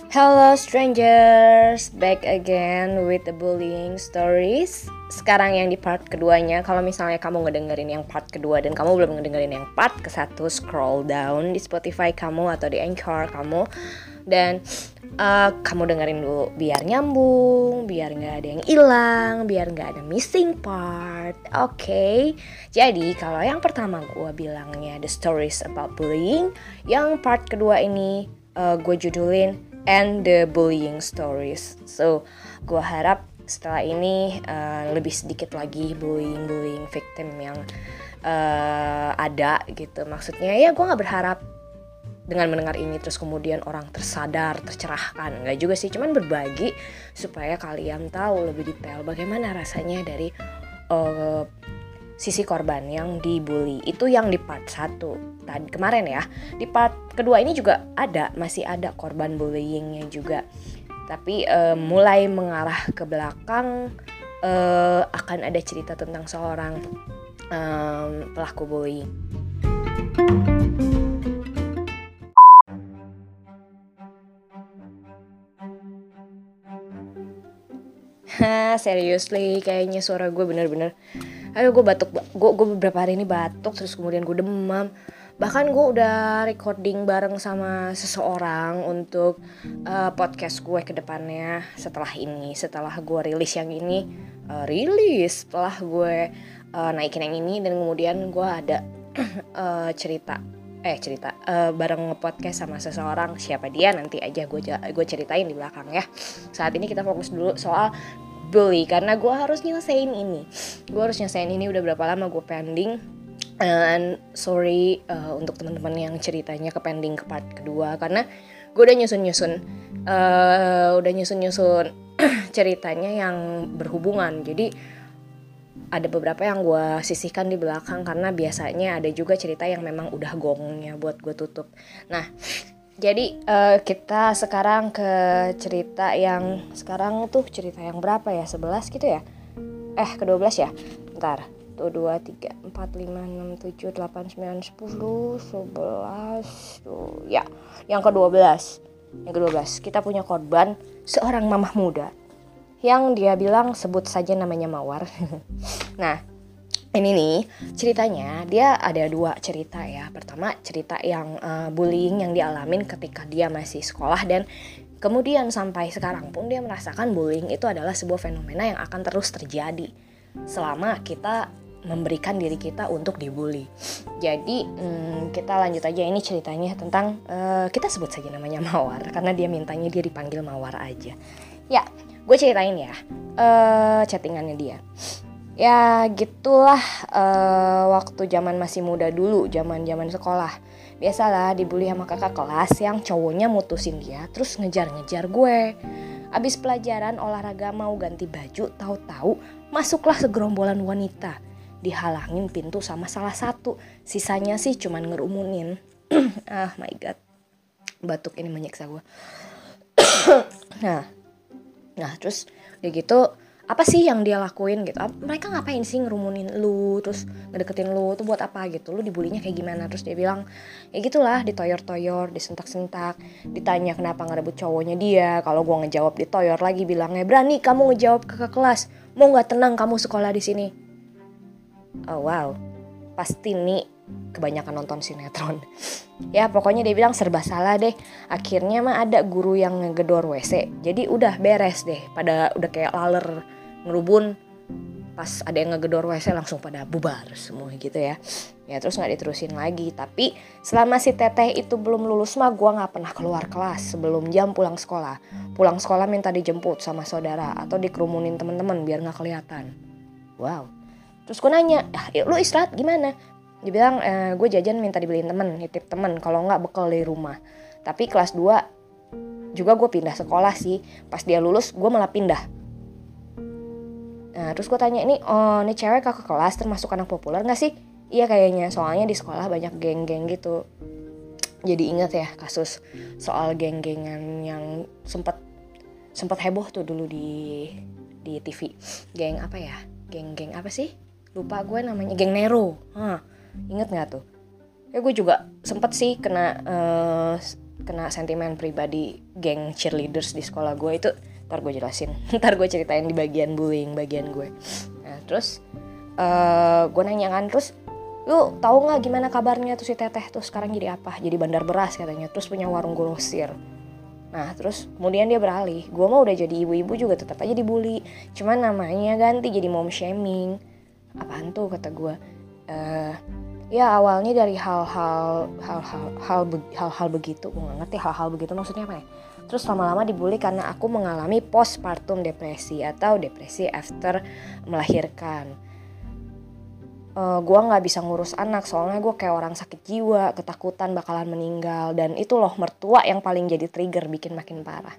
Hello strangers, back again with the bullying stories. Sekarang yang di part keduanya. Kalau misalnya kamu ngedengerin yang part kedua dan kamu belum ngedengerin yang part ke-1, scroll down di Spotify kamu atau di Anchor kamu. Dan kamu dengerin dulu biar nyambung, biar gak ada yang hilang, biar gak ada missing part. Oke. Jadi kalau yang pertama gue bilangnya the stories about bullying, yang part kedua ini gue judulin and the bullying stories. So, gue harap setelah ini lebih sedikit lagi bullying victim yang ada gitu. Maksudnya ya gue gak berharap dengan mendengar ini terus kemudian orang tersadar, tercerahkan. Gak juga sih, cuman berbagi supaya kalian tahu lebih detail bagaimana rasanya dari sisi korban yang dibully. Itu yang di part 1 tadi kemarin ya. Di part kedua ini juga masih ada korban bullyingnya juga. Tapi mulai mengarah ke belakang akan ada cerita tentang seorang pelaku bullying. Seriously, kayaknya suara gue bener-bener gue batuk, gue beberapa hari ini batuk, terus kemudian gue demam. Bahkan gue udah recording bareng sama seseorang untuk podcast gue ke depannya setelah gue rilis yang ini, setelah gue naikin yang ini, dan kemudian gue ada cerita bareng nge-podcast sama seseorang. Siapa dia nanti aja gue ceritain di belakang ya. Saat ini kita fokus dulu soal bully, karena gue harus nyelesain ini. Udah berapa lama gue pending. And sorry untuk teman-teman yang ceritanya ke pending ke part kedua, karena gue udah nyusun ceritanya yang berhubungan. Jadi ada beberapa yang gue sisihkan di belakang karena biasanya ada juga cerita yang memang udah gongnya buat gue tutup. Nah, jadi kita sekarang ke cerita yang sekarang tuh cerita yang berapa ya? 11 gitu ya? Ke-12 ya? Bentar. 1, 2, 3, 4, 5, 6, 7, 8, 9, 10, 11 tuh. Ya, yang ke-12. Kita punya korban seorang mamah muda yang dia bilang sebut saja namanya Mawar. Nah, ini nih ceritanya, dia ada 2 cerita ya. Pertama cerita yang bullying yang dialamin ketika dia masih sekolah, dan kemudian sampai sekarang pun dia merasakan bullying itu adalah sebuah fenomena yang akan terus terjadi selama kita memberikan diri kita untuk dibully. Jadi kita lanjut aja, ini ceritanya tentang kita sebut saja namanya Mawar karena dia mintanya dia dipanggil Mawar aja. Ya, gue ceritain ya chattingannya dia. Ya gitulah, waktu zaman masih muda dulu, zaman sekolah. Biasalah dibully sama kakak kelas yang cowoknya mutusin dia terus ngejar-ngejar gue. Abis pelajaran olahraga mau ganti baju, tahu-tahu masuklah segerombolan wanita. Dihalangin pintu sama salah satu, sisanya sih cuman ngerumunin. Ah my god, batuk ini menyiksa gue. Nah terus udah gitu, apa sih yang dia lakuin gitu? Mereka ngapain sih ngerumunin lu, terus ngedeketin lu tuh buat apa gitu? Lu dibulinya kayak gimana? Terus dia bilang, ya gitulah, ditoyor-toyor, disentak-sentak, ditanya kenapa ngerebut cowoknya dia. Kalau gua ngejawab ditoyor lagi, bilangnya berani kamu ngejawab kakak kelas, mau nggak tenang kamu sekolah di sini? Oh wow, pasti nih kebanyakan nonton sinetron. Ya pokoknya dia bilang serba salah deh. Akhirnya mah ada guru yang ngegedor WC, jadi udah beres deh. Pada udah kayak laler ngerubun, pas ada yang ngegedor WC langsung pada bubar semua gitu ya. Ya terus gak diterusin lagi. Tapi selama si teteh itu belum lulus mah gue gak pernah keluar kelas sebelum jam pulang sekolah. Pulang sekolah minta dijemput sama saudara atau dikerumunin teman-teman biar gak kelihatan. Wow. Terus gue nanya, lu istirahat gimana? Dia bilang, gue jajan minta dibeliin temen, nitip temen, kalau enggak bekal dari rumah. Tapi kelas 2 juga gue pindah sekolah sih. Pas dia lulus gue malah pindah. Nah terus gue tanya, ini cewek kakak kelas termasuk anak populer gak sih? Iya kayaknya, soalnya di sekolah banyak geng-geng gitu. Jadi ingat ya kasus soal geng-gengan yang sempet heboh tuh dulu di TV. Geng apa ya? Geng-geng apa sih? Lupa gue namanya, geng Nero. Ingat gak tuh? Ya gue juga sempet sih kena kena sentimen pribadi geng cheerleaders di sekolah gue itu ntar gue jelasin. Ntar gue ceritain di bagian bullying bagian gue. Nah terus gue nanya kan, terus lu tahu nggak gimana kabarnya tuh si Teteh tuh sekarang jadi apa? Jadi bandar beras katanya, terus punya warung grosir. Nah terus kemudian dia beralih, gue mah udah jadi ibu-ibu juga tetap aja dibully, cuman namanya ganti jadi mom shaming. Apaan tuh kata gue? Ya awalnya dari hal-hal begitu, gue nggak ngerti hal-hal begitu maksudnya apa ya. Terus lama-lama dibully karena aku mengalami postpartum depresi atau depresi after melahirkan. Gue nggak bisa ngurus anak soalnya gue kayak orang sakit jiwa, ketakutan bakalan meninggal, dan itu loh mertua yang paling jadi trigger bikin makin parah.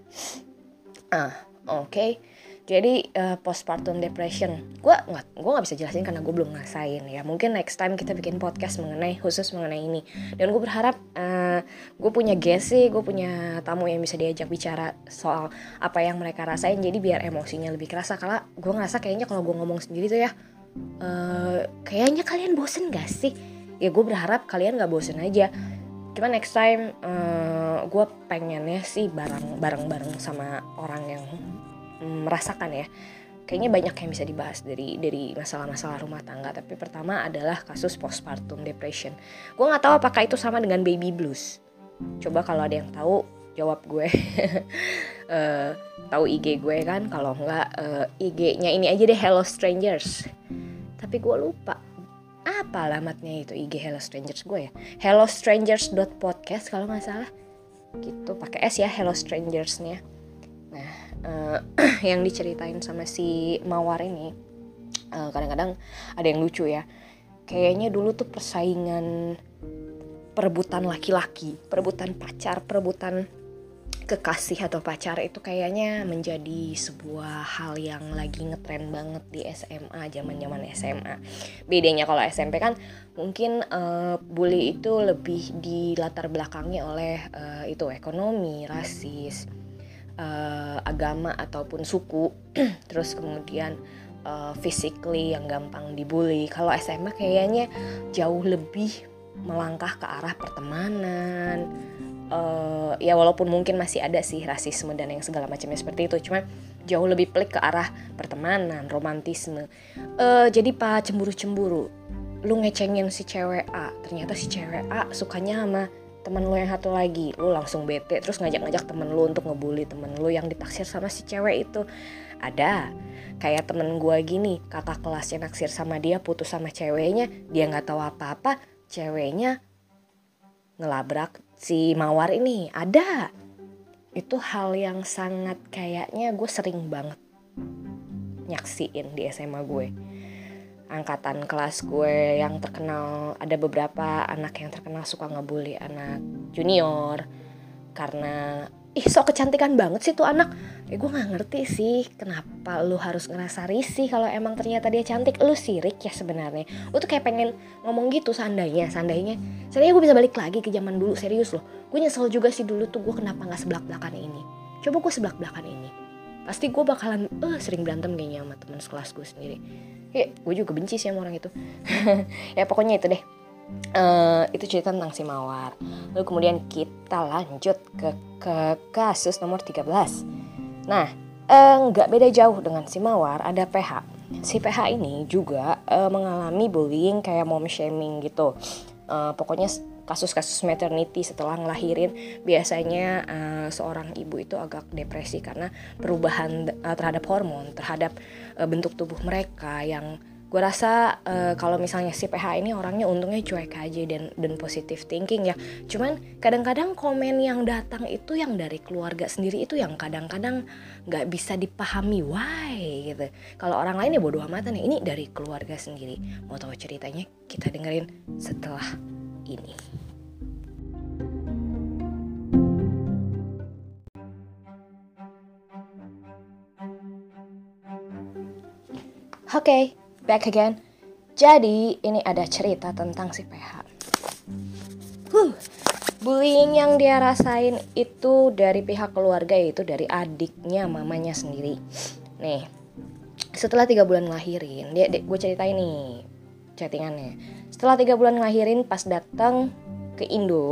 Oke. Jadi postpartum depression, gue nggak bisa jelasin karena gue belum ngerasain ya. Mungkin next time kita bikin podcast khusus mengenai ini. Dan gue berharap gue punya guest sih, gue punya tamu yang bisa diajak bicara soal apa yang mereka rasain. Jadi biar emosinya lebih kerasa. Karena gue ngerasa kayaknya kalau gue ngomong sendiri tuh ya, kayaknya kalian bosen gak sih? Ya gue berharap kalian gak bosen aja. Cuma next time gue pengennya sih bareng sama orang yang merasakan ya. Kayaknya banyak yang bisa dibahas dari masalah-masalah rumah tangga. Tapi pertama adalah kasus postpartum depression. Gue gak tahu apakah itu sama dengan baby blues. Coba kalau ada yang tahu jawab gue. Tahu IG gue kan? Kalau enggak IG-nya ini aja deh, Hello Strangers. Tapi gue lupa apa alamatnya itu IG Hello Strangers gue ya. hellostrangers.podcast kalau nggak salah. Gitu pakai S ya, Hello Strangers-nya. Nah, yang diceritain sama si Mawar ini kadang-kadang ada yang lucu ya. Kayaknya dulu tuh persaingan, perebutan laki-laki, perebutan pacar, perebutan kekasih atau pacar itu kayaknya menjadi sebuah hal yang lagi ngetren banget di SMA, zaman-zaman SMA. Bedanya kalau SMP kan mungkin bully itu lebih dilatar belakangi oleh itu ekonomi, rasis, agama ataupun suku. Terus kemudian physically yang gampang dibully. Kalau SMA kayaknya jauh lebih melangkah ke arah pertemanan. Ya walaupun mungkin masih ada sih rasisme dan yang segala macamnya seperti itu, cuma jauh lebih pelik ke arah pertemanan, romantisme. Jadi pak cemburu-cemburu, lu ngecengin si cewek A, ternyata si cewek A sukanya sama teman lu yang satu lagi, lu langsung bete, terus ngajak-ngajak temen lu untuk ngebully temen lu yang ditaksir sama si cewek itu. Ada kayak temen gue gini, kakak kelasnya naksir sama dia, putus sama ceweknya, dia nggak tahu apa-apa, ceweknya ngelabrak si Mawar ini. Ada. Itu hal yang sangat kayaknya gue sering banget nyaksiin di SMA gue. Angkatan kelas gue yang terkenal, ada beberapa anak yang terkenal suka ngebully anak junior karena sok kecantikan banget sih tuh anak. Gue gak ngerti sih kenapa lu harus ngerasa risih kalau emang ternyata dia cantik. Lu sirik ya sebenarnya. Lu tuh kayak pengen ngomong gitu seandainya gue bisa balik lagi ke zaman dulu. Serius loh, gue nyesel juga sih dulu tuh gue kenapa gak sebelak-belakan ini. Coba gue sebelak-belakan ini, pasti gue bakalan sering berantem kayaknya sama teman sekelas gue sendiri. Gue juga benci sih sama orang itu. Ya pokoknya itu deh. Itu cerita tentang si Mawar. Lalu kemudian kita lanjut ke kasus nomor 13. Nah, gak beda jauh dengan si Mawar, ada PH. Si PH ini juga mengalami bullying kayak mom shaming gitu. Pokoknya kasus-kasus maternity setelah ngelahirin, biasanya seorang ibu itu agak depresi karena perubahan terhadap hormon, terhadap bentuk tubuh mereka yang gue rasa kalau misalnya si PH ini orangnya untungnya cuek aja dan positive thinking ya. Cuman kadang-kadang komen yang datang itu yang dari keluarga sendiri itu yang kadang-kadang nggak bisa dipahami why gitu. Kalau orang lain ya bodo amatan ya, ini dari keluarga sendiri. Mau tahu ceritanya? Kita dengerin setelah ini. Oke. Back again. Jadi ini ada cerita tentang si PH. Bullying yang dia rasain itu dari pihak keluarga, yaitu dari adiknya mamanya sendiri. Nih, setelah 3 bulan ngelahirin, gue ceritain nih chattingannya. Setelah 3 bulan ngelahirin, pas datang ke Indo,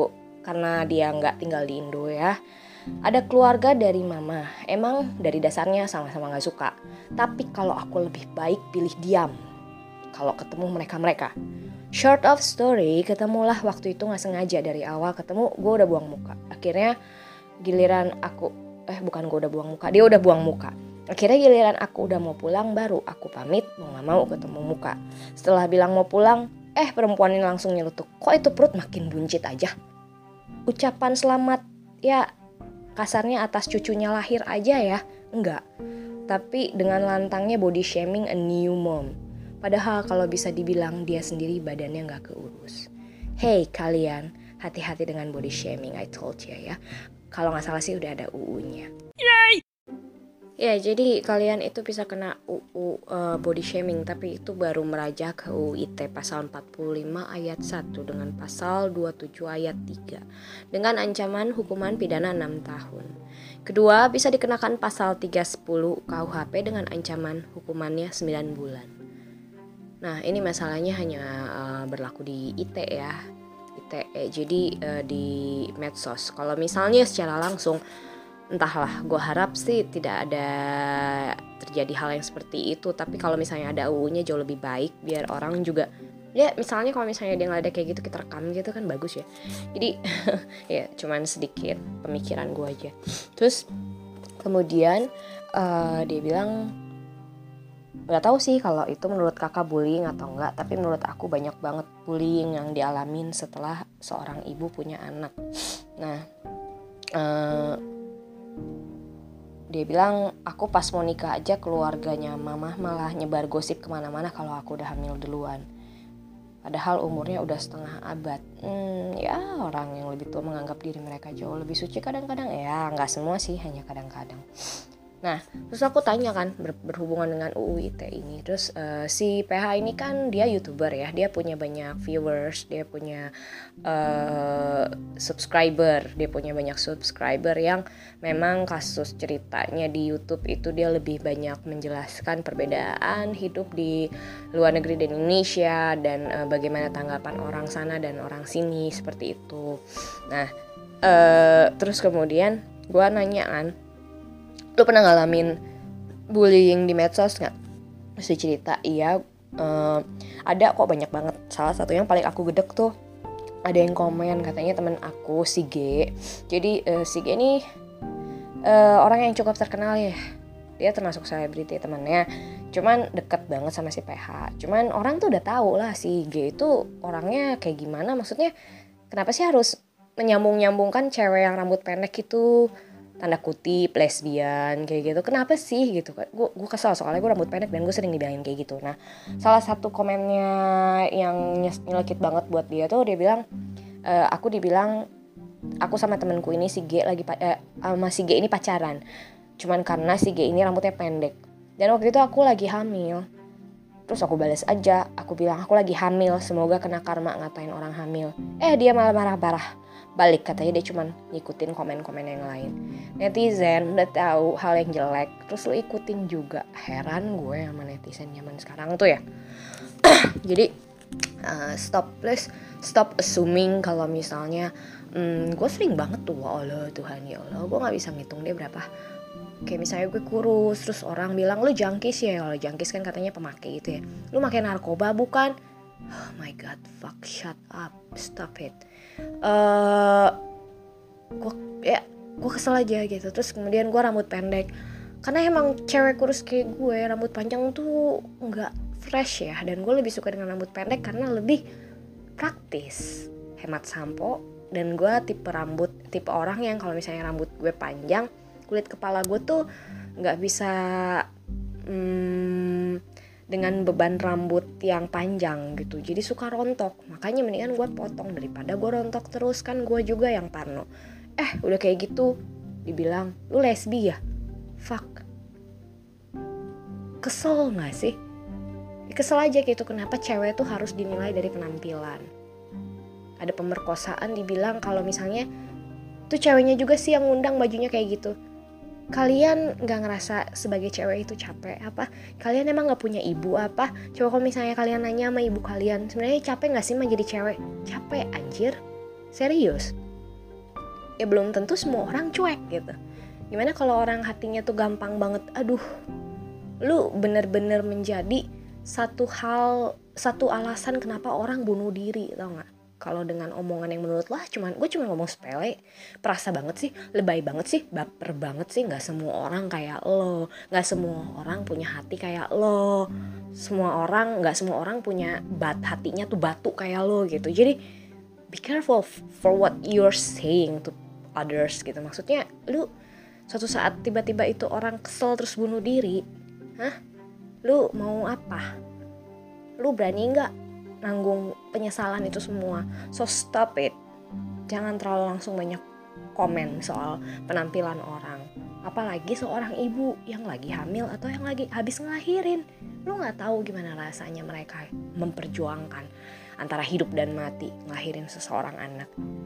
karena dia nggak tinggal di Indo ya. Ada keluarga dari mama, emang dari dasarnya sama-sama gak suka. Tapi kalau aku lebih baik pilih diam kalau ketemu mereka-mereka. Short of story, ketemulah waktu itu gak sengaja. Dari awal ketemu gue udah buang muka. Akhirnya giliran aku, bukan gue udah buang muka, dia udah buang muka. Akhirnya giliran aku udah mau pulang, baru aku pamit mau gak mau ketemu muka. Setelah bilang mau pulang, perempuan ini langsung nyelutuk, kok itu perut makin buncit aja. Ucapan selamat ya kasarnya atas cucunya lahir aja ya, enggak. Tapi dengan lantangnya body shaming a new mom. Padahal kalau bisa dibilang dia sendiri badannya gak keurus. Hey kalian, hati-hati dengan body shaming, I told you ya. Kalau gak salah sih udah ada UU-nya. Yay! Ya jadi kalian itu bisa kena UU body shaming, tapi itu baru merajak ke UU ITE pasal 45 ayat 1 dengan pasal 27 ayat 3 dengan ancaman hukuman pidana 6 tahun. Kedua, bisa dikenakan pasal 310 KUHP dengan ancaman hukumannya 9 bulan. Nah ini masalahnya hanya berlaku di ITE ya, ITE, jadi di medsos. Kalau misalnya secara langsung, entahlah, gue harap sih tidak ada terjadi hal yang seperti itu. Tapi kalau misalnya ada UU-nya jauh lebih baik, biar orang juga, ya misalnya kalau misalnya dia nggak ada kayak gitu, kita rekam gitu kan bagus ya. Jadi ya cuman sedikit pemikiran gue aja. Terus kemudian dia bilang, nggak tahu sih kalau itu menurut kakak bullying atau enggak, tapi menurut aku banyak banget bullying yang dialamin setelah seorang ibu punya anak. Nah dia bilang, aku pas mau nikah aja keluarganya mamah malah nyebar gosip kemana-mana kalau aku udah hamil duluan. Padahal umurnya udah setengah abad. Ya orang yang lebih tua menganggap diri mereka jauh lebih suci kadang-kadang. Ya gak semua sih, hanya kadang-kadang. Nah terus aku tanya kan berhubungan dengan UU ITE ini. Terus si PH ini kan dia YouTuber ya, dia punya banyak viewers, dia punya subscriber, dia punya banyak subscriber yang memang kasus ceritanya di YouTube itu dia lebih banyak menjelaskan perbedaan hidup di luar negeri dan Indonesia dan bagaimana tanggapan orang sana dan orang sini seperti itu. Nah terus kemudian gue nanya kan, lu pernah ngalamin bullying di medsos gak? Mesti cerita. Iya, ada kok, banyak banget. Salah satu yang paling aku gedek tuh, ada yang komen katanya temen aku si G. Jadi si G ini orang yang cukup terkenal ya. Dia termasuk selebriti temennya, cuman deket banget sama si PH. Cuman orang tuh udah tahu lah si G itu orangnya kayak gimana. Maksudnya kenapa sih harus menyambung-nyambungkan cewek yang rambut pendek itu tanda kutip lesbian kayak gitu, kenapa sih gitu kan? Gue kesel soalnya gue rambut pendek dan gue sering dibilangin kayak gitu. Nah salah satu komennya yang nyelekit banget buat dia tuh, dia bilang aku dibilang aku sama temanku ini si G lagi sama si G ini pacaran cuman karena si G ini rambutnya pendek, dan waktu itu aku lagi hamil. Terus aku balas aja, aku bilang aku lagi hamil, semoga kena karma ngatain orang hamil. Dia malah marah-marah balik, katanya dia cuman ngikutin komen-komen yang lain. Netizen udah tahu hal yang jelek terus lu ikutin juga. Heran gue sama netizen zaman sekarang tuh ya. Jadi stop assuming kalau misalnya gue sering banget tuh, Allah Tuhan ya Allah, gue nggak bisa ngitung dia berapa. Kayak misalnya gue kurus, terus orang bilang lu jangkis ya. Kalau jangkis kan katanya pemakai gitu ya. Lu makai narkoba bukan? Oh my god, fuck, shut up, stop it. Gue kesel aja gitu. Terus kemudian gue rambut pendek, karena emang cewek kurus kayak gue rambut panjang tuh nggak fresh ya. Dan gue lebih suka dengan rambut pendek karena lebih praktis, hemat sampo. Dan gue tipe orang yang kalau misalnya rambut gue panjang, kulit kepala gue tuh nggak bisa dengan beban rambut yang panjang gitu, jadi suka rontok. Makanya mendingan gue potong daripada gue rontok terus, kan gue juga yang parno. Udah kayak gitu dibilang lu lesbi ya, fuck. Kesel gak sih? Kesel aja gitu, kenapa cewek tuh harus dinilai dari penampilan. Ada pemerkosaan dibilang kalau misalnya tuh ceweknya juga sih yang ngundang bajunya kayak gitu. Kalian gak ngerasa sebagai cewek itu capek apa? Kalian emang gak punya ibu apa? Coba kalau misalnya kalian nanya sama ibu kalian, sebenarnya capek gak sih mah jadi cewek? Capek anjir, serius. ya belum tentu semua orang cuek gitu. Gimana kalau orang hatinya tuh gampang banget, aduh, lu bener-bener menjadi satu alasan kenapa orang bunuh diri, tau gak? Kalau dengan omongan yang menurut lah gue cuma ngomong sepele, perasa banget sih, lebay banget sih, baper banget sih, nggak semua orang kayak lo, nggak semua orang punya hati kayak lo, nggak semua orang punya hatinya tuh batu kayak lo gitu. Jadi be careful for what you're saying to others gitu. Maksudnya lu suatu saat tiba-tiba itu orang kesel terus bunuh diri, lu mau apa? Lu berani nggak nanggung penyesalan itu semua? So stop it. Jangan terlalu langsung banyak komen soal penampilan orang. Apalagi seorang ibu yang lagi hamil atau yang lagi habis ngelahirin. Lu nggak tahu gimana rasanya mereka memperjuangkan antara hidup dan mati ngelahirin seseorang anak.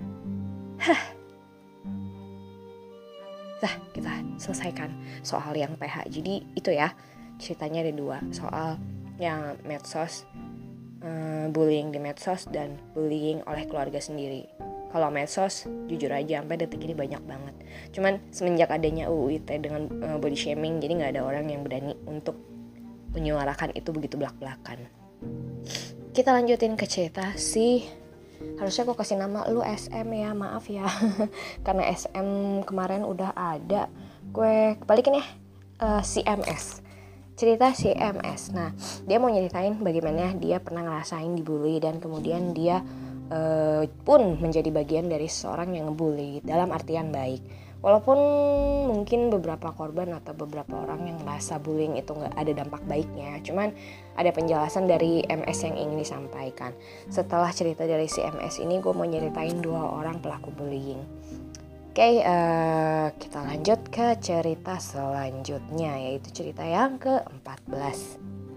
Nah, kita selesaikan soal yang PH. Jadi itu ya, ceritanya ada 2, soal yang medsos, bullying di medsos dan bullying oleh keluarga sendiri. Kalau medsos, jujur aja sampai detik ini banyak banget. Cuman semenjak adanya UU ITE dengan body shaming, jadi nggak ada orang yang berani untuk menyuarakan itu begitu belak-belakan. Kita lanjutin ke cerita sih. Harusnya aku kasih nama lu SM ya, maaf ya. Karena SM kemarin udah ada. Gue balikin ya, CMS. Cerita CMS. Nah, dia mau nyeritain bagaimana dia pernah ngerasain dibully dan kemudian dia pun menjadi bagian dari seorang yang ngebully dalam artian baik. Walaupun mungkin beberapa korban atau beberapa orang yang merasa bullying itu nggak ada dampak baiknya, cuman ada penjelasan dari MS yang ingin disampaikan. Setelah cerita dari si MS ini, gue mau nyeritain 2 orang pelaku bullying. Oke, kita lanjut ke cerita selanjutnya, yaitu cerita yang ke-14.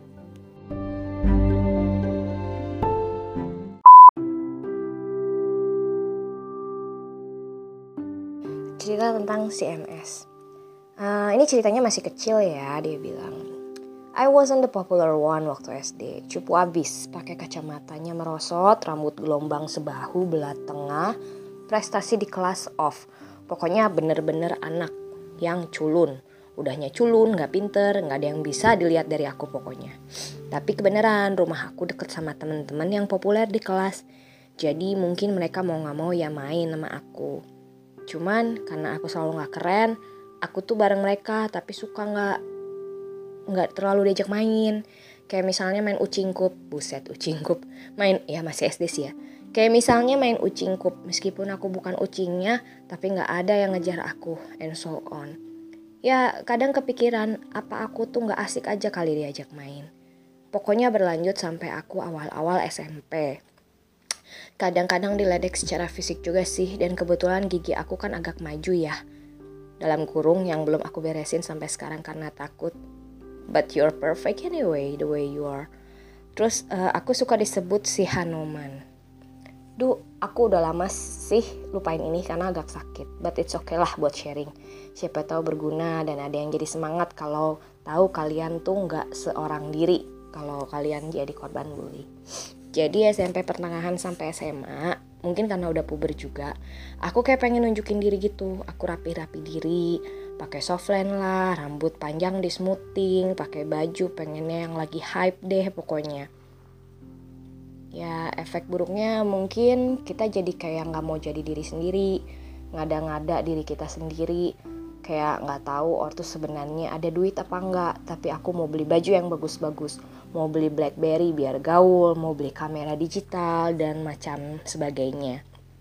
Cerita tentang CMS. Ini ceritanya masih kecil ya, dia bilang. I wasn't the popular one waktu SD. Cupu abis, pakai kacamatanya merosot, rambut gelombang sebahu belah tengah, prestasi di kelas off. Pokoknya bener-bener anak yang culun. Udahnya culun, gak pinter, gak ada yang bisa dilihat dari aku pokoknya. Tapi kebenaran, rumah aku deket sama teman-teman yang populer di kelas. Jadi mungkin mereka mau gak mau ya main sama aku. Cuman karena aku selalu gak keren, aku tuh bareng mereka tapi suka gak terlalu diajak main. Kayak misalnya main ucingkup. Buset, ucingkup. Main, ya masih SD sih ya. Kayak misalnya main ucingkup, meskipun aku bukan ucingnya, tapi gak ada yang ngejar aku, and so on. Ya kadang kepikiran, apa aku tuh gak asik aja kali diajak main. Pokoknya berlanjut sampai aku awal-awal SMP. Kadang-kadang diledek secara fisik juga sih, dan kebetulan gigi aku kan agak maju ya. Dalam kurung yang belum aku beresin sampai sekarang karena takut. But you're perfect anyway, the way you are. Terus aku suka disebut si Hanoman. Aku udah lama sih lupain ini karena agak sakit. But it's okay lah buat sharing. Siapa tahu berguna dan ada yang jadi semangat kalau tahu kalian tuh gak seorang diri kalau kalian jadi korban bully. Jadi SMP pertengahan sampai SMA, mungkin karena udah puber juga, aku kayak pengen nunjukin diri gitu. Aku rapi-rapi diri, pakai softline lah, rambut panjang di smoothing, pakai baju pengennya yang lagi hype deh pokoknya. Ya efek buruknya mungkin kita jadi kayak gak mau jadi diri sendiri, ngada-ngada diri kita sendiri, kayak gak tahu ortu sebenarnya ada duit apa enggak, tapi aku mau beli baju yang bagus-bagus, mau beli BlackBerry biar gaul, mau beli kamera digital dan macam sebagainya.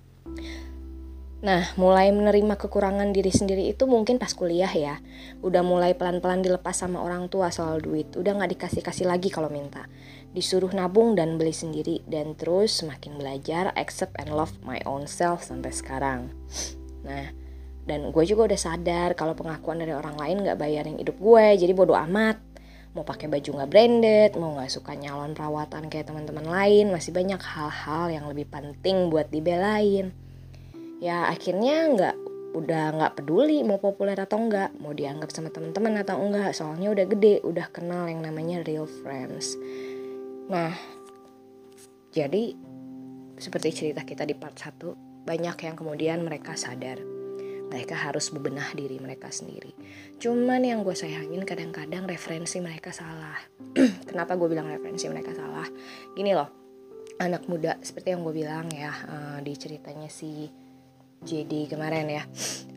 Nah, mulai menerima kekurangan diri sendiri itu mungkin pas kuliah ya. Udah mulai pelan-pelan dilepas sama orang tua soal duit. Udah gak dikasih-kasih lagi kalau minta. Disuruh nabung dan beli sendiri. Dan terus semakin belajar, accept and love my own self sampai sekarang. Nah, dan gue juga udah sadar kalau pengakuan dari orang lain gak bayarin hidup gue. Jadi bodo amat. Mau pakai baju gak branded, mau gak suka nyalon perawatan kayak teman-teman lain. Masih banyak hal-hal yang lebih penting buat dibelain. Ya akhirnya udah nggak peduli mau populer atau enggak, mau dianggap sama teman-teman atau enggak, soalnya udah gede, udah kenal yang namanya real friends. Nah, jadi seperti cerita kita di part 1, banyak yang kemudian mereka sadar Mereka harus bebenah diri mereka sendiri. Cuman yang gue sayangin kadang-kadang referensi mereka salah. Kenapa gue bilang referensi mereka salah? Gini loh, anak muda seperti yang gue bilang ya, di ceritanya si JD kemarin ya.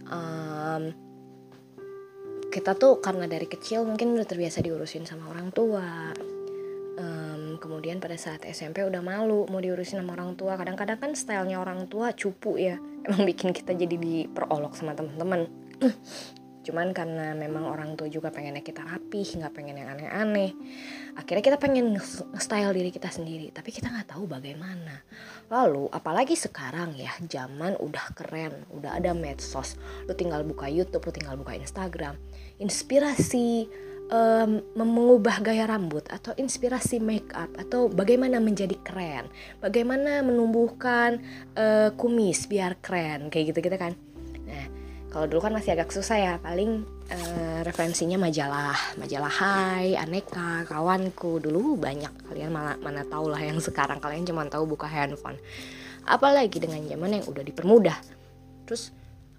Kita tuh karena dari kecil mungkin udah terbiasa diurusin sama orang tua. Kemudian pada saat SMP udah malu mau diurusin sama orang tua. Kadang-kadang kan stylenya orang tua cupu ya, emang bikin kita jadi diperolok sama teman-teman. Cuman karena memang orang tua juga pengennya kita rapih, nggak pengen yang aneh-aneh. Akhirnya kita pengen style diri kita sendiri, tapi kita nggak tahu bagaimana. Lalu apalagi sekarang ya, zaman udah keren, udah ada medsos. Lu tinggal buka YouTube, lu tinggal buka Instagram. Inspirasi mengubah gaya rambut atau inspirasi make up atau bagaimana menjadi keren, bagaimana menumbuhkan kumis biar keren kayak gitu kan. Nah, kalau dulu kan masih agak susah ya, paling referensinya majalah Hai, Aneka, Kawanku. Dulu banyak, kalian mana tahu lah yang sekarang kalian cuma tahu buka handphone. Apalagi dengan zaman yang udah dipermudah. Terus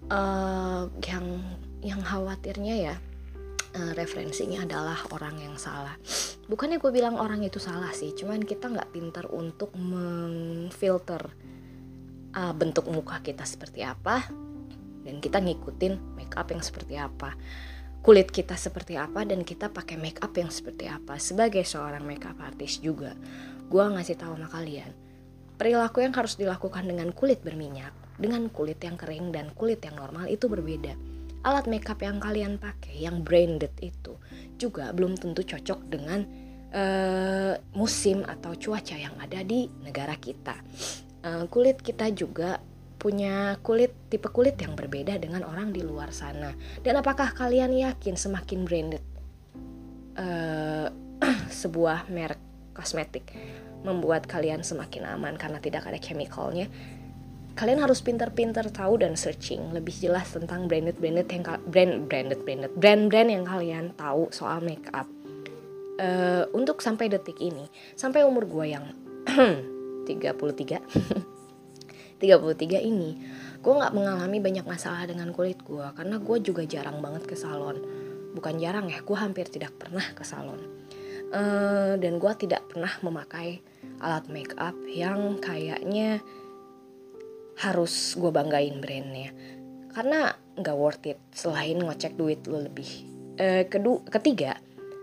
yang khawatirnya ya, referensinya adalah orang yang salah. Bukannya gue bilang orang itu salah sih, cuman kita nggak pintar untuk memfilter bentuk muka kita seperti apa, dan kita ngikutin make up yang seperti apa, kulit kita seperti apa, dan kita pakai make up yang seperti apa. Sebagai seorang make up artist juga, gue ngasih tahu sama kalian, perilaku yang harus dilakukan dengan kulit berminyak, dengan kulit yang kering dan kulit yang normal itu berbeda. Alat makeup yang kalian pakai, yang branded itu juga belum tentu cocok dengan musim atau cuaca yang ada di negara kita. Kulit kita juga punya tipe kulit yang berbeda dengan orang di luar sana. Dan apakah kalian yakin semakin branded sebuah merek kosmetik membuat kalian semakin aman karena tidak ada chemicalnya? Kalian harus pintar-pintar tahu dan searching lebih jelas tentang brand yang kalian tahu soal makeup. Untuk sampai detik ini, sampai umur gue yang 33 ini, gue nggak mengalami banyak masalah dengan kulit gue karena gue juga jarang banget ke salon. Bukan jarang ya, gue hampir tidak pernah ke salon. Dan gue tidak pernah memakai alat makeup yang kayaknya harus gue banggain brandnya, karena nggak worth it selain ngocek duit lo lebih. Ketiga,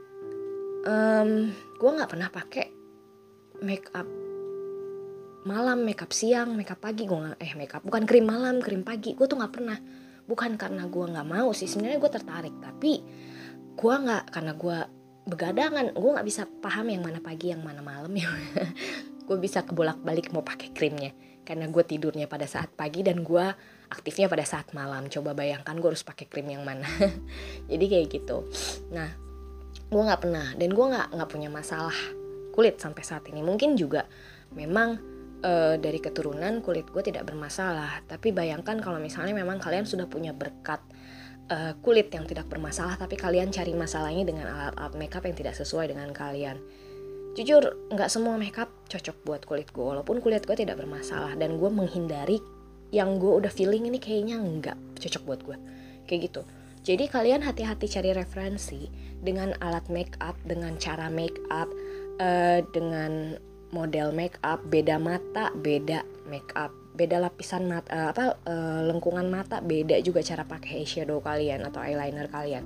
gue nggak pernah pakai make up malam, make up siang, make up pagi. Bukan krim malam, krim pagi, gue tuh nggak pernah. Bukan karena gue nggak mau sih, sebenarnya gue tertarik, tapi gue nggak, karena gue begadangan, gue nggak bisa paham yang mana pagi yang mana malam ya. Gue bisa kebolak-balik mau pakai krimnya karena gue tidurnya pada saat pagi dan gue aktifnya pada saat malam. Coba bayangkan gue harus pakai krim yang mana. Jadi kayak gitu. Nah, gue nggak pernah, dan gue nggak punya masalah kulit sampai saat ini. Mungkin juga memang dari keturunan kulit gue tidak bermasalah. Tapi bayangkan kalau misalnya memang kalian sudah punya berkat kulit yang tidak bermasalah, tapi kalian cari masalahnya dengan alat-alat makeup yang tidak sesuai dengan kalian. Jujur, gak semua makeup cocok buat kulit gue, walaupun kulit gue tidak bermasalah. Dan gue menghindari yang gue udah feeling ini kayaknya gak cocok buat gue, kayak gitu. Jadi kalian hati-hati cari referensi dengan alat makeup, dengan cara makeup, dengan model makeup. Beda mata, beda makeup, beda lapisan mata, lengkungan mata, beda juga cara pakai eyeshadow kalian atau eyeliner kalian.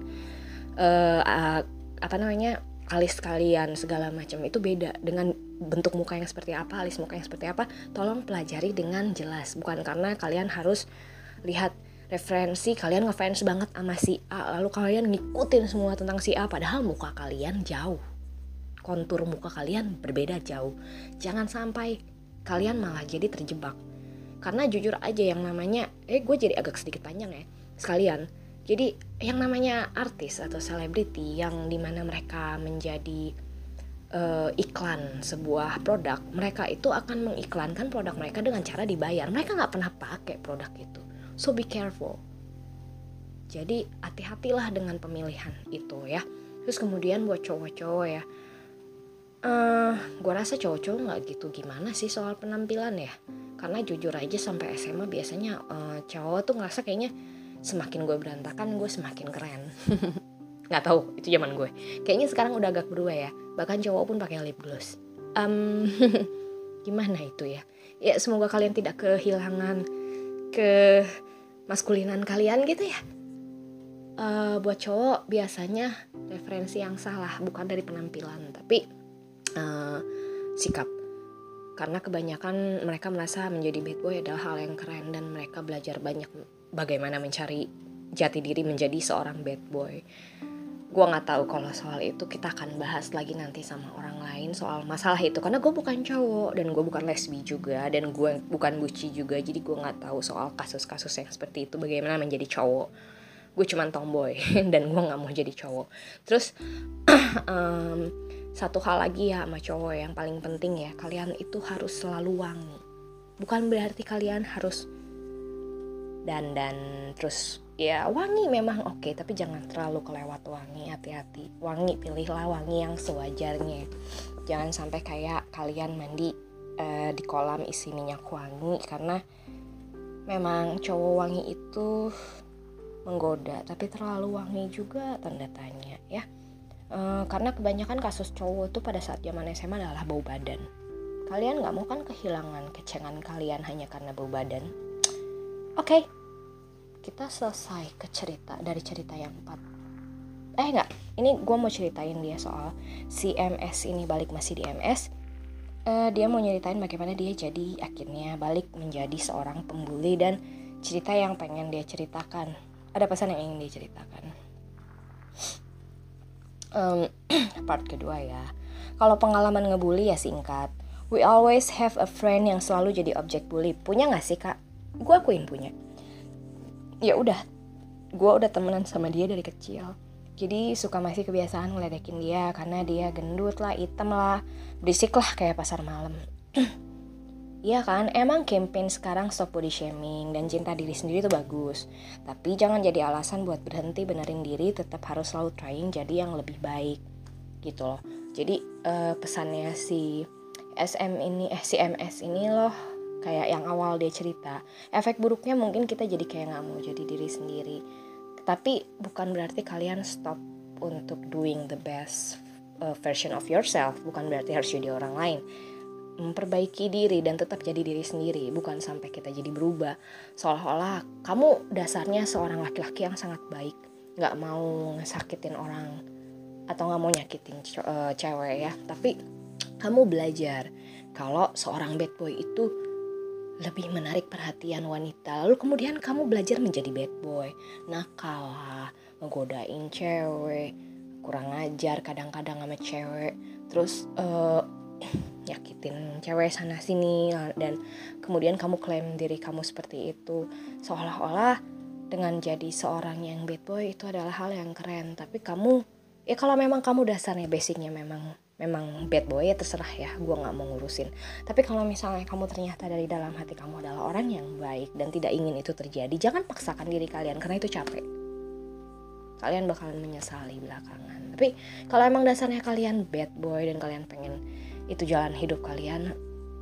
Alis kalian segala macam itu beda, dengan bentuk muka yang seperti apa, alis muka yang seperti apa. Tolong pelajari dengan jelas, bukan karena kalian harus lihat referensi, kalian ngefans banget sama si A lalu kalian ngikutin semua tentang si A, padahal muka kalian jauh, kontur muka kalian berbeda jauh. Jangan sampai kalian malah jadi terjebak. Karena jujur aja yang namanya gue jadi agak sedikit panjang ya sekalian. Jadi yang namanya artis atau selebriti yang dimana mereka menjadi iklan sebuah produk, mereka itu akan mengiklankan produk mereka dengan cara dibayar. Mereka gak pernah pakai produk itu. So be careful. Jadi hati-hatilah dengan pemilihan itu ya. Terus kemudian buat cowok-cowok ya, gue rasa cowok-cowok gak gitu gimana sih soal penampilan ya. Karena jujur aja sampai SMA biasanya cowok tuh ngerasa kayaknya semakin gue berantakan gue semakin keren. Nggak tahu, itu zaman gue. Kayaknya sekarang udah agak berubah ya. Bahkan cowok pun pakai lip gloss. Gimana itu ya? Ya semoga kalian tidak kehilangan kemaskulinan kalian gitu ya. Buat cowok biasanya referensi yang salah bukan dari penampilan, tapi sikap. Karena kebanyakan mereka merasa menjadi bad boy adalah hal yang keren, dan mereka belajar banyak bagaimana mencari jati diri menjadi seorang bad boy. Gue nggak tahu kalau soal itu, kita akan bahas lagi nanti sama orang lain soal masalah itu, karena gue bukan cowok dan gue bukan lesbi juga dan gue bukan buci juga, jadi gue nggak tahu soal kasus-kasus yang seperti itu bagaimana menjadi cowok. Gue cuman tomboy dan gue nggak mau jadi cowok. Terus satu hal lagi ya sama cowok yang paling penting ya, kalian itu harus selalu wangi. Bukan berarti kalian harus dandan terus ya, wangi memang oke, tapi jangan terlalu kelewat wangi. Hati-hati, wangi pilihlah wangi yang sewajarnya. Jangan sampai kayak kalian mandi di kolam isi minyak wangi, karena memang cowok wangi itu menggoda, tapi terlalu wangi juga tanda tanya ya. Karena kebanyakan kasus cowok itu pada saat zaman SMA adalah bau badan. Kalian gak mau kan kehilangan kecengan kalian hanya karena bau badan? Oke, kita selesai ke dari cerita yang 4. Ini gue mau ceritain dia soal si MS ini balik masih di MS. Dia mau nyeritain bagaimana dia jadi akhirnya balik menjadi seorang pembuli, dan cerita yang pengen dia ceritakan. Ada pesan yang ingin dia ceritakan. Part kedua ya. Kalau pengalaman ngebully ya singkat. We always have a friend yang selalu jadi objek bully. Punya gak sih kak? Gue akuin punya. Ya udah, gue udah temenan sama dia dari kecil. Jadi suka masih kebiasaan ngeledekin dia karena dia gendut lah, hitam lah, berisik lah kayak pasar malam. Iya kan, emang campaign sekarang stop body shaming dan cinta diri sendiri itu bagus. Tapi jangan jadi alasan buat berhenti benerin diri, tetap harus selalu trying jadi yang lebih baik. Gitu loh. Jadi pesannya si MS ini loh, kayak yang awal dia cerita. Efek buruknya mungkin kita jadi kayak gak mau jadi diri sendiri. Tapi bukan berarti kalian stop untuk doing the best version of yourself. Bukan berarti harus jadi orang lain. Memperbaiki diri dan tetap jadi diri sendiri, bukan sampai kita jadi berubah seolah-olah kamu dasarnya seorang laki-laki yang sangat baik, gak mau ngesakitin orang atau gak mau nyakitin cewek ya, tapi kamu belajar kalau seorang bad boy itu lebih menarik perhatian wanita, lalu kemudian kamu belajar menjadi bad boy, nakal lah, ngegodain cewek, kurang ajar kadang-kadang sama cewek, terus nyakitin cewek sana sini, dan kemudian kamu klaim diri kamu seperti itu seolah-olah dengan jadi seorang yang bad boy itu adalah hal yang keren. Tapi kamu ya kalau memang kamu dasarnya basicnya memang bad boy ya terserah ya, gue nggak mau ngurusin. Tapi kalau misalnya kamu ternyata dari dalam hati kamu adalah orang yang baik dan tidak ingin itu terjadi, jangan paksakan diri kalian karena itu capek. Kalian bakalan menyesali belakangan. Tapi kalau emang dasarnya kalian bad boy dan kalian pengen itu jalan hidup kalian,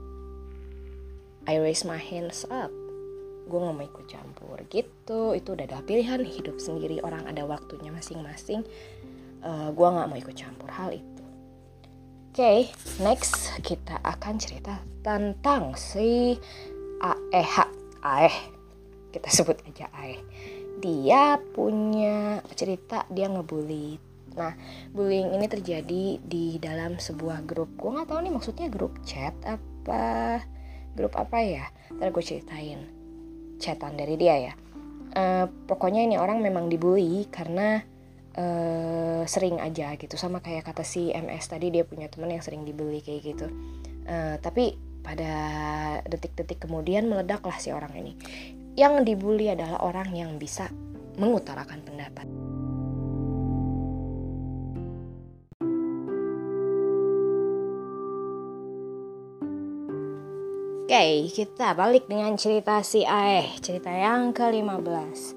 I raise my hands up. Gue gak mau ikut campur gitu. Itu udah ada pilihan hidup sendiri, orang ada waktunya masing-masing. Gue gak mau ikut campur hal itu. Oke, next kita akan cerita tentang si Aeh. Kita sebut aja Aeh. Dia punya cerita dia ngebully. Nah, bullying ini terjadi di dalam sebuah grup. Gue gak tahu nih maksudnya grup chat apa, grup apa ya. Ntar gue ceritain chatan dari dia ya. Pokoknya ini orang memang dibully karena sering aja gitu. Sama kayak kata si MS tadi, dia punya teman yang sering dibully kayak gitu. Tapi pada detik-detik kemudian meledaklah si orang ini. Yang dibully adalah orang yang bisa mengutarakan pendapat. Oke, kita balik dengan cerita si Aeh, cerita yang ke-15.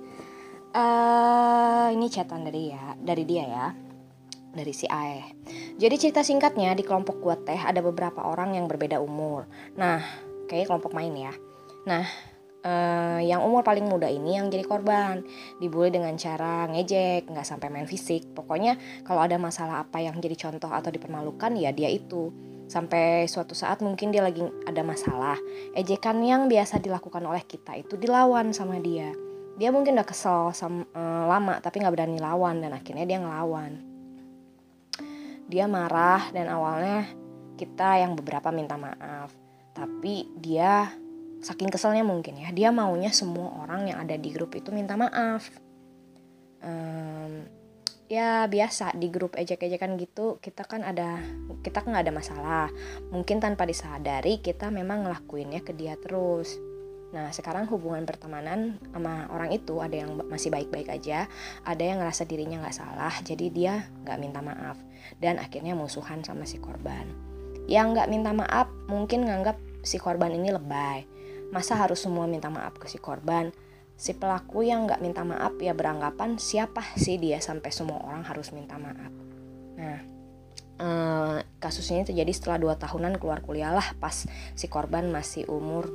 Ini catatan dari dia ya, dari si Aeh. Jadi cerita singkatnya, di kelompok gua teh ada beberapa orang yang berbeda umur. Nah, kayak kelompok main ya. Nah, yang umur paling muda ini yang jadi korban, dibully dengan cara ngejek, nggak sampai main fisik. Pokoknya kalau ada masalah apa yang jadi contoh atau dipermalukan ya dia itu. Sampai suatu saat mungkin dia lagi ada masalah, ejekan yang biasa dilakukan oleh kita itu dilawan sama dia. Dia mungkin udah kesel lama tapi nggak berani lawan, dan akhirnya dia ngelawan. Dia marah dan awalnya kita yang beberapa minta maaf, tapi dia saking keselnya mungkin ya, dia maunya semua orang yang ada di grup itu minta maaf. Ya biasa di grup ejek-ejekan gitu, kita kan nggak ada masalah. Mungkin tanpa disadari kita memang ngelakuinnya ke dia terus. Nah sekarang hubungan pertemanan sama orang itu ada yang masih baik-baik aja, ada yang ngerasa dirinya nggak salah, jadi dia nggak minta maaf dan akhirnya musuhan sama si korban. Yang nggak minta maaf mungkin nganggap si korban ini lebay. Masa harus semua minta maaf ke si korban? Si pelaku yang gak minta maaf ya beranggapan siapa sih dia sampai semua orang harus minta maaf. Nah, kasus ini terjadi setelah 2 tahunan keluar kuliah lah, pas si korban masih umur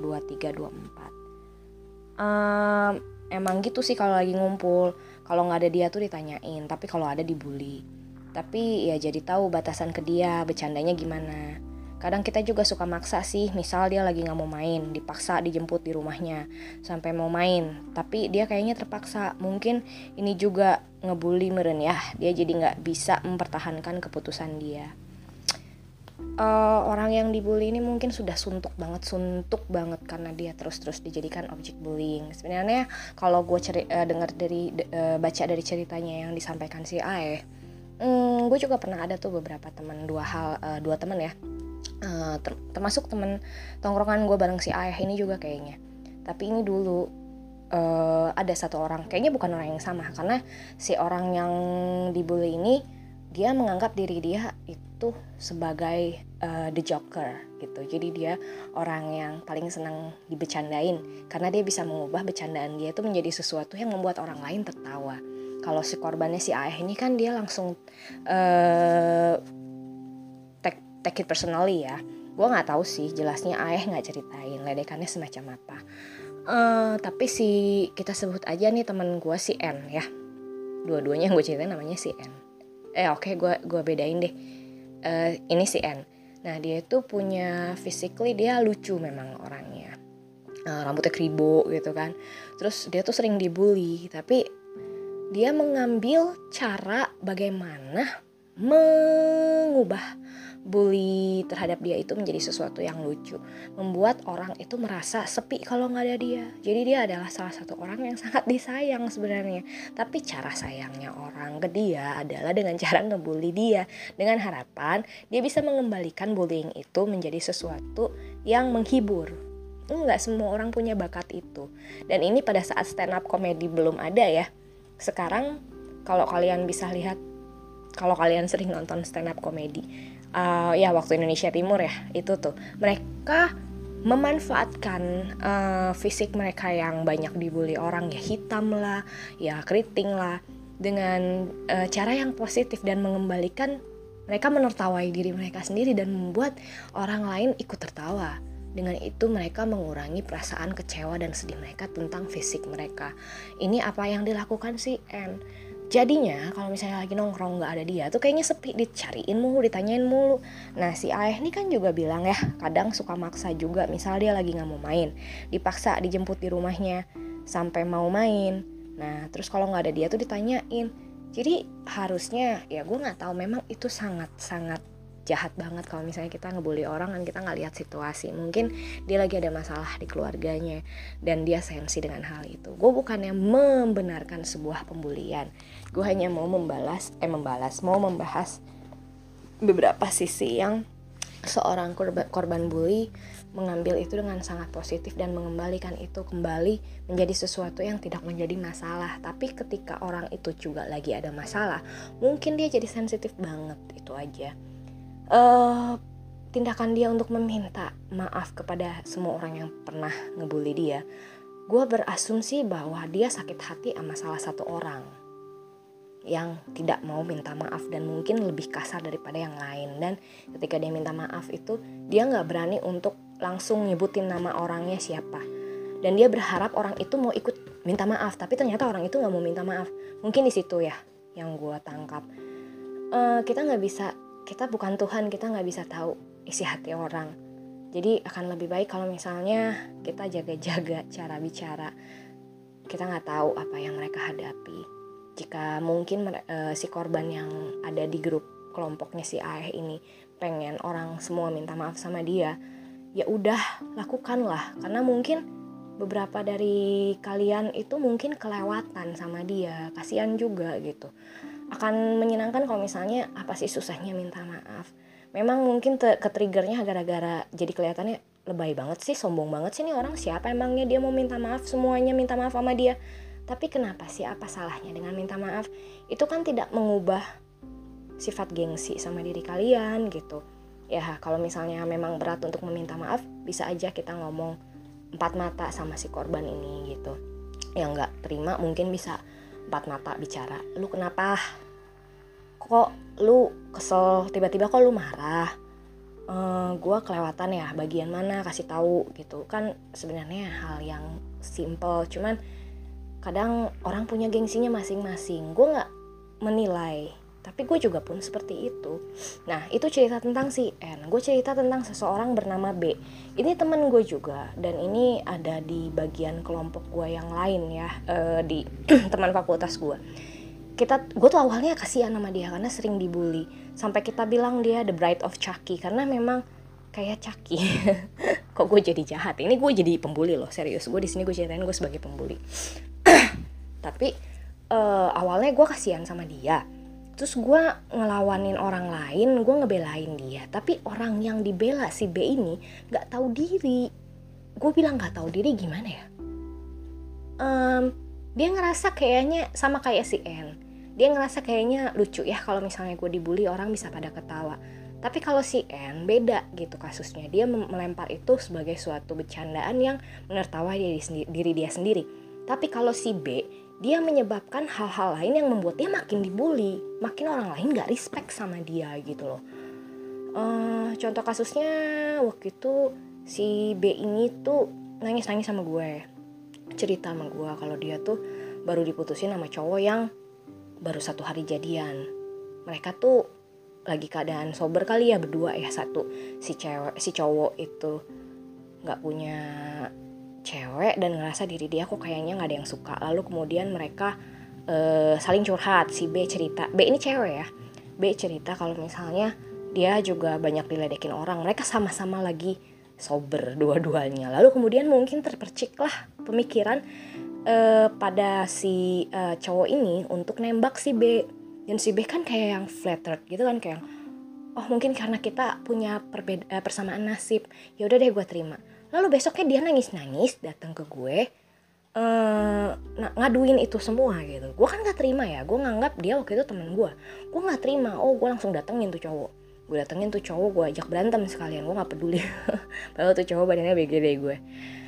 23-24. Emang gitu sih kalau lagi ngumpul, kalau gak ada dia tuh ditanyain, tapi kalau ada dibully. Tapi ya jadi tahu batasan ke dia, bercandanya gimana. Kadang kita juga suka maksa sih, misal dia lagi gak mau main, dipaksa dijemput di rumahnya sampai mau main, tapi dia kayaknya terpaksa. Mungkin ini juga ngebully meren ya, dia jadi gak bisa mempertahankan keputusan dia. Orang yang dibully ini mungkin sudah suntuk banget karena dia terus dijadikan objek bullying. Sebenarnya kalau gue baca dari ceritanya yang disampaikan si Ae, gue juga pernah ada tuh beberapa teman, dua teman ya. Termasuk temen tongkrongan gue bareng si Ayah ini juga kayaknya. Tapi ini dulu ada satu orang, kayaknya bukan orang yang sama, karena si orang yang dibully ini dia menganggap diri dia itu sebagai the joker gitu. Jadi dia orang yang paling senang dibecandain karena dia bisa mengubah bercandaan dia itu menjadi sesuatu yang membuat orang lain tertawa. Kalau si korbannya si Ayah ini kan dia langsung take it personally ya. Gue nggak tahu sih jelasnya, Ayah nggak ceritain ledekannya semacam apa. Tapi kita sebut aja nih teman gue si N ya. Dua-duanya yang gue ceritain namanya si N. Oke, gue bedain deh. Ini si N. Nah dia itu punya physically dia lucu memang orangnya. Rambutnya kribo gitu kan. Terus dia tuh sering dibully, tapi dia mengambil cara bagaimana mengubah bully terhadap dia itu menjadi sesuatu yang lucu, membuat orang itu merasa sepi kalau nggak ada dia. Jadi dia adalah salah satu orang yang sangat disayang sebenarnya, tapi cara sayangnya orang ke dia adalah dengan cara ngebully dia, dengan harapan dia bisa mengembalikan bullying itu menjadi sesuatu yang menghibur. Nggak semua orang punya bakat itu, dan ini pada saat stand up comedy belum ada ya. Sekarang kalau kalian bisa lihat, kalau kalian sering nonton stand up comedy, ya waktu Indonesia Timur ya, itu tuh mereka memanfaatkan fisik mereka yang banyak dibully orang, ya hitam lah, ya keriting lah, dengan cara yang positif dan mengembalikan mereka menertawai diri mereka sendiri dan membuat orang lain ikut tertawa. Dengan itu mereka mengurangi perasaan kecewa dan sedih mereka tentang fisik mereka. Ini apa yang dilakukan si N. Jadinya kalau misalnya lagi nongkrong gak ada dia tuh kayaknya sepi, dicariin mulu, ditanyain mulu. Nah si Ayah ini kan juga bilang ya, kadang suka maksa juga. Misal dia lagi gak mau main, dipaksa dijemput di rumahnya sampai mau main. Nah terus kalau gak ada dia tuh ditanyain. Jadi harusnya ya gue gak tahu, memang itu sangat-sangat jahat banget kalau misalnya kita ngebully orang dan kita nggak lihat situasi. Mungkin dia lagi ada masalah di keluarganya dan dia sensi dengan hal itu. Gue bukannya membenarkan sebuah pembulian, gue hanya mau membahas beberapa sisi yang seorang korban bully mengambil itu dengan sangat positif dan mengembalikan itu kembali menjadi sesuatu yang tidak menjadi masalah. Tapi ketika orang itu juga lagi ada masalah, mungkin dia jadi sensitif banget. Itu aja. Tindakan dia untuk meminta maaf kepada semua orang yang pernah ngebully dia, gue berasumsi bahwa dia sakit hati sama salah satu orang yang tidak mau minta maaf dan mungkin lebih kasar daripada yang lain. Dan ketika dia minta maaf itu, dia gak berani untuk langsung nyebutin nama orangnya siapa. dan dia berharap orang itu mau ikut minta maaf, tapi ternyata orang itu nggak mau minta maaf. Mungkin di situ ya yang gue tangkap. Kita bukan Tuhan, kita nggak bisa tahu isi hati orang. Jadi akan lebih baik kalau misalnya kita jaga-jaga cara bicara. Kita nggak tahu apa yang mereka hadapi. Jika mungkin si korban yang ada di grup kelompoknya si Ayah ini pengen orang semua minta maaf sama dia, ya udah lakukanlah, karena mungkin beberapa dari kalian itu mungkin kelewatan sama dia. Kasihan juga gitu. Akan menyenangkan kalau misalnya apa sih susahnya minta maaf. Memang mungkin ke-triggernya gara-gara jadi kelihatannya lebay banget sih, sombong banget sih nih orang, siapa emangnya dia mau minta maaf, semuanya minta maaf sama dia. Tapi kenapa sih, apa salahnya dengan minta maaf? Itu kan tidak mengubah sifat gengsi sama diri kalian gitu. Ya kalau misalnya memang berat untuk meminta maaf, bisa aja kita ngomong empat mata sama si korban ini gitu. Yang gak terima mungkin bisa empat mata bicara, lu kenapa? Kok lu kesel? Tiba-tiba kok lu marah? Gue kelewatan ya bagian mana, kasih tahu gitu. Kan sebenarnya hal yang simple, cuman kadang orang punya gengsinya masing-masing. Gue nggak menilai, tapi gue juga pun seperti itu. Nah itu cerita tentang si N. Gue cerita tentang seseorang bernama B. Ini temen gue juga, dan ini ada di bagian kelompok gue yang lain ya, di teman fakultas gue. Gue tuh awalnya kasihan sama dia karena sering dibully, sampai kita bilang dia the bride of Chucky karena memang kayak Chucky. Kok gue jadi jahat? Ini gue jadi pembuli loh, serius. Gue di sini gue ceritain gue sebagai pembuli. Tapi awalnya gue kasihan sama dia. Terus gue ngelawanin orang lain, gue ngebelain dia. Tapi orang yang dibela si B ini gak tahu diri. Gue bilang gak tahu diri gimana ya? Dia ngerasa kayaknya sama kayak si N. Dia ngerasa kayaknya lucu ya kalau misalnya gue dibully orang bisa pada ketawa. Tapi kalau si N beda gitu kasusnya. Dia melempar itu sebagai suatu bercandaan yang menertawa diri dia sendiri. Tapi kalau si B, dia menyebabkan hal-hal lain yang membuat dia makin dibully. Makin orang lain gak respect sama dia gitu loh. Contoh kasusnya waktu itu si B ini tuh nangis-nangis sama gue. Cerita sama gue kalau dia tuh baru diputusin sama cowok yang baru 1 hari jadian. Mereka tuh lagi keadaan sober kali ya berdua ya, satu si cowok itu nggak punya cewek dan ngerasa diri dia kok kayaknya nggak ada yang suka. Lalu kemudian mereka saling curhat. Si B cerita, B ini cewek ya, B cerita kalau misalnya dia juga banyak diledekin orang. Mereka sama-sama lagi sober dua-duanya. Lalu kemudian mungkin terperciklah pemikiran pada si cowok ini untuk nembak si B. Dan si B kan kayak yang flattered gitu kan, kayak oh mungkin karena kita punya persamaan nasib, ya udah deh gue terima. Lalu besoknya dia nangis-nangis datang ke gue, ngaduin itu semua gitu. Gue kan nggak terima ya, gue nganggap dia waktu itu teman gue nggak terima. Gue langsung datengin tuh cowok, gue ajak berantem sekalian. Gue nggak peduli padahal tuh cowok badannya BGD gue.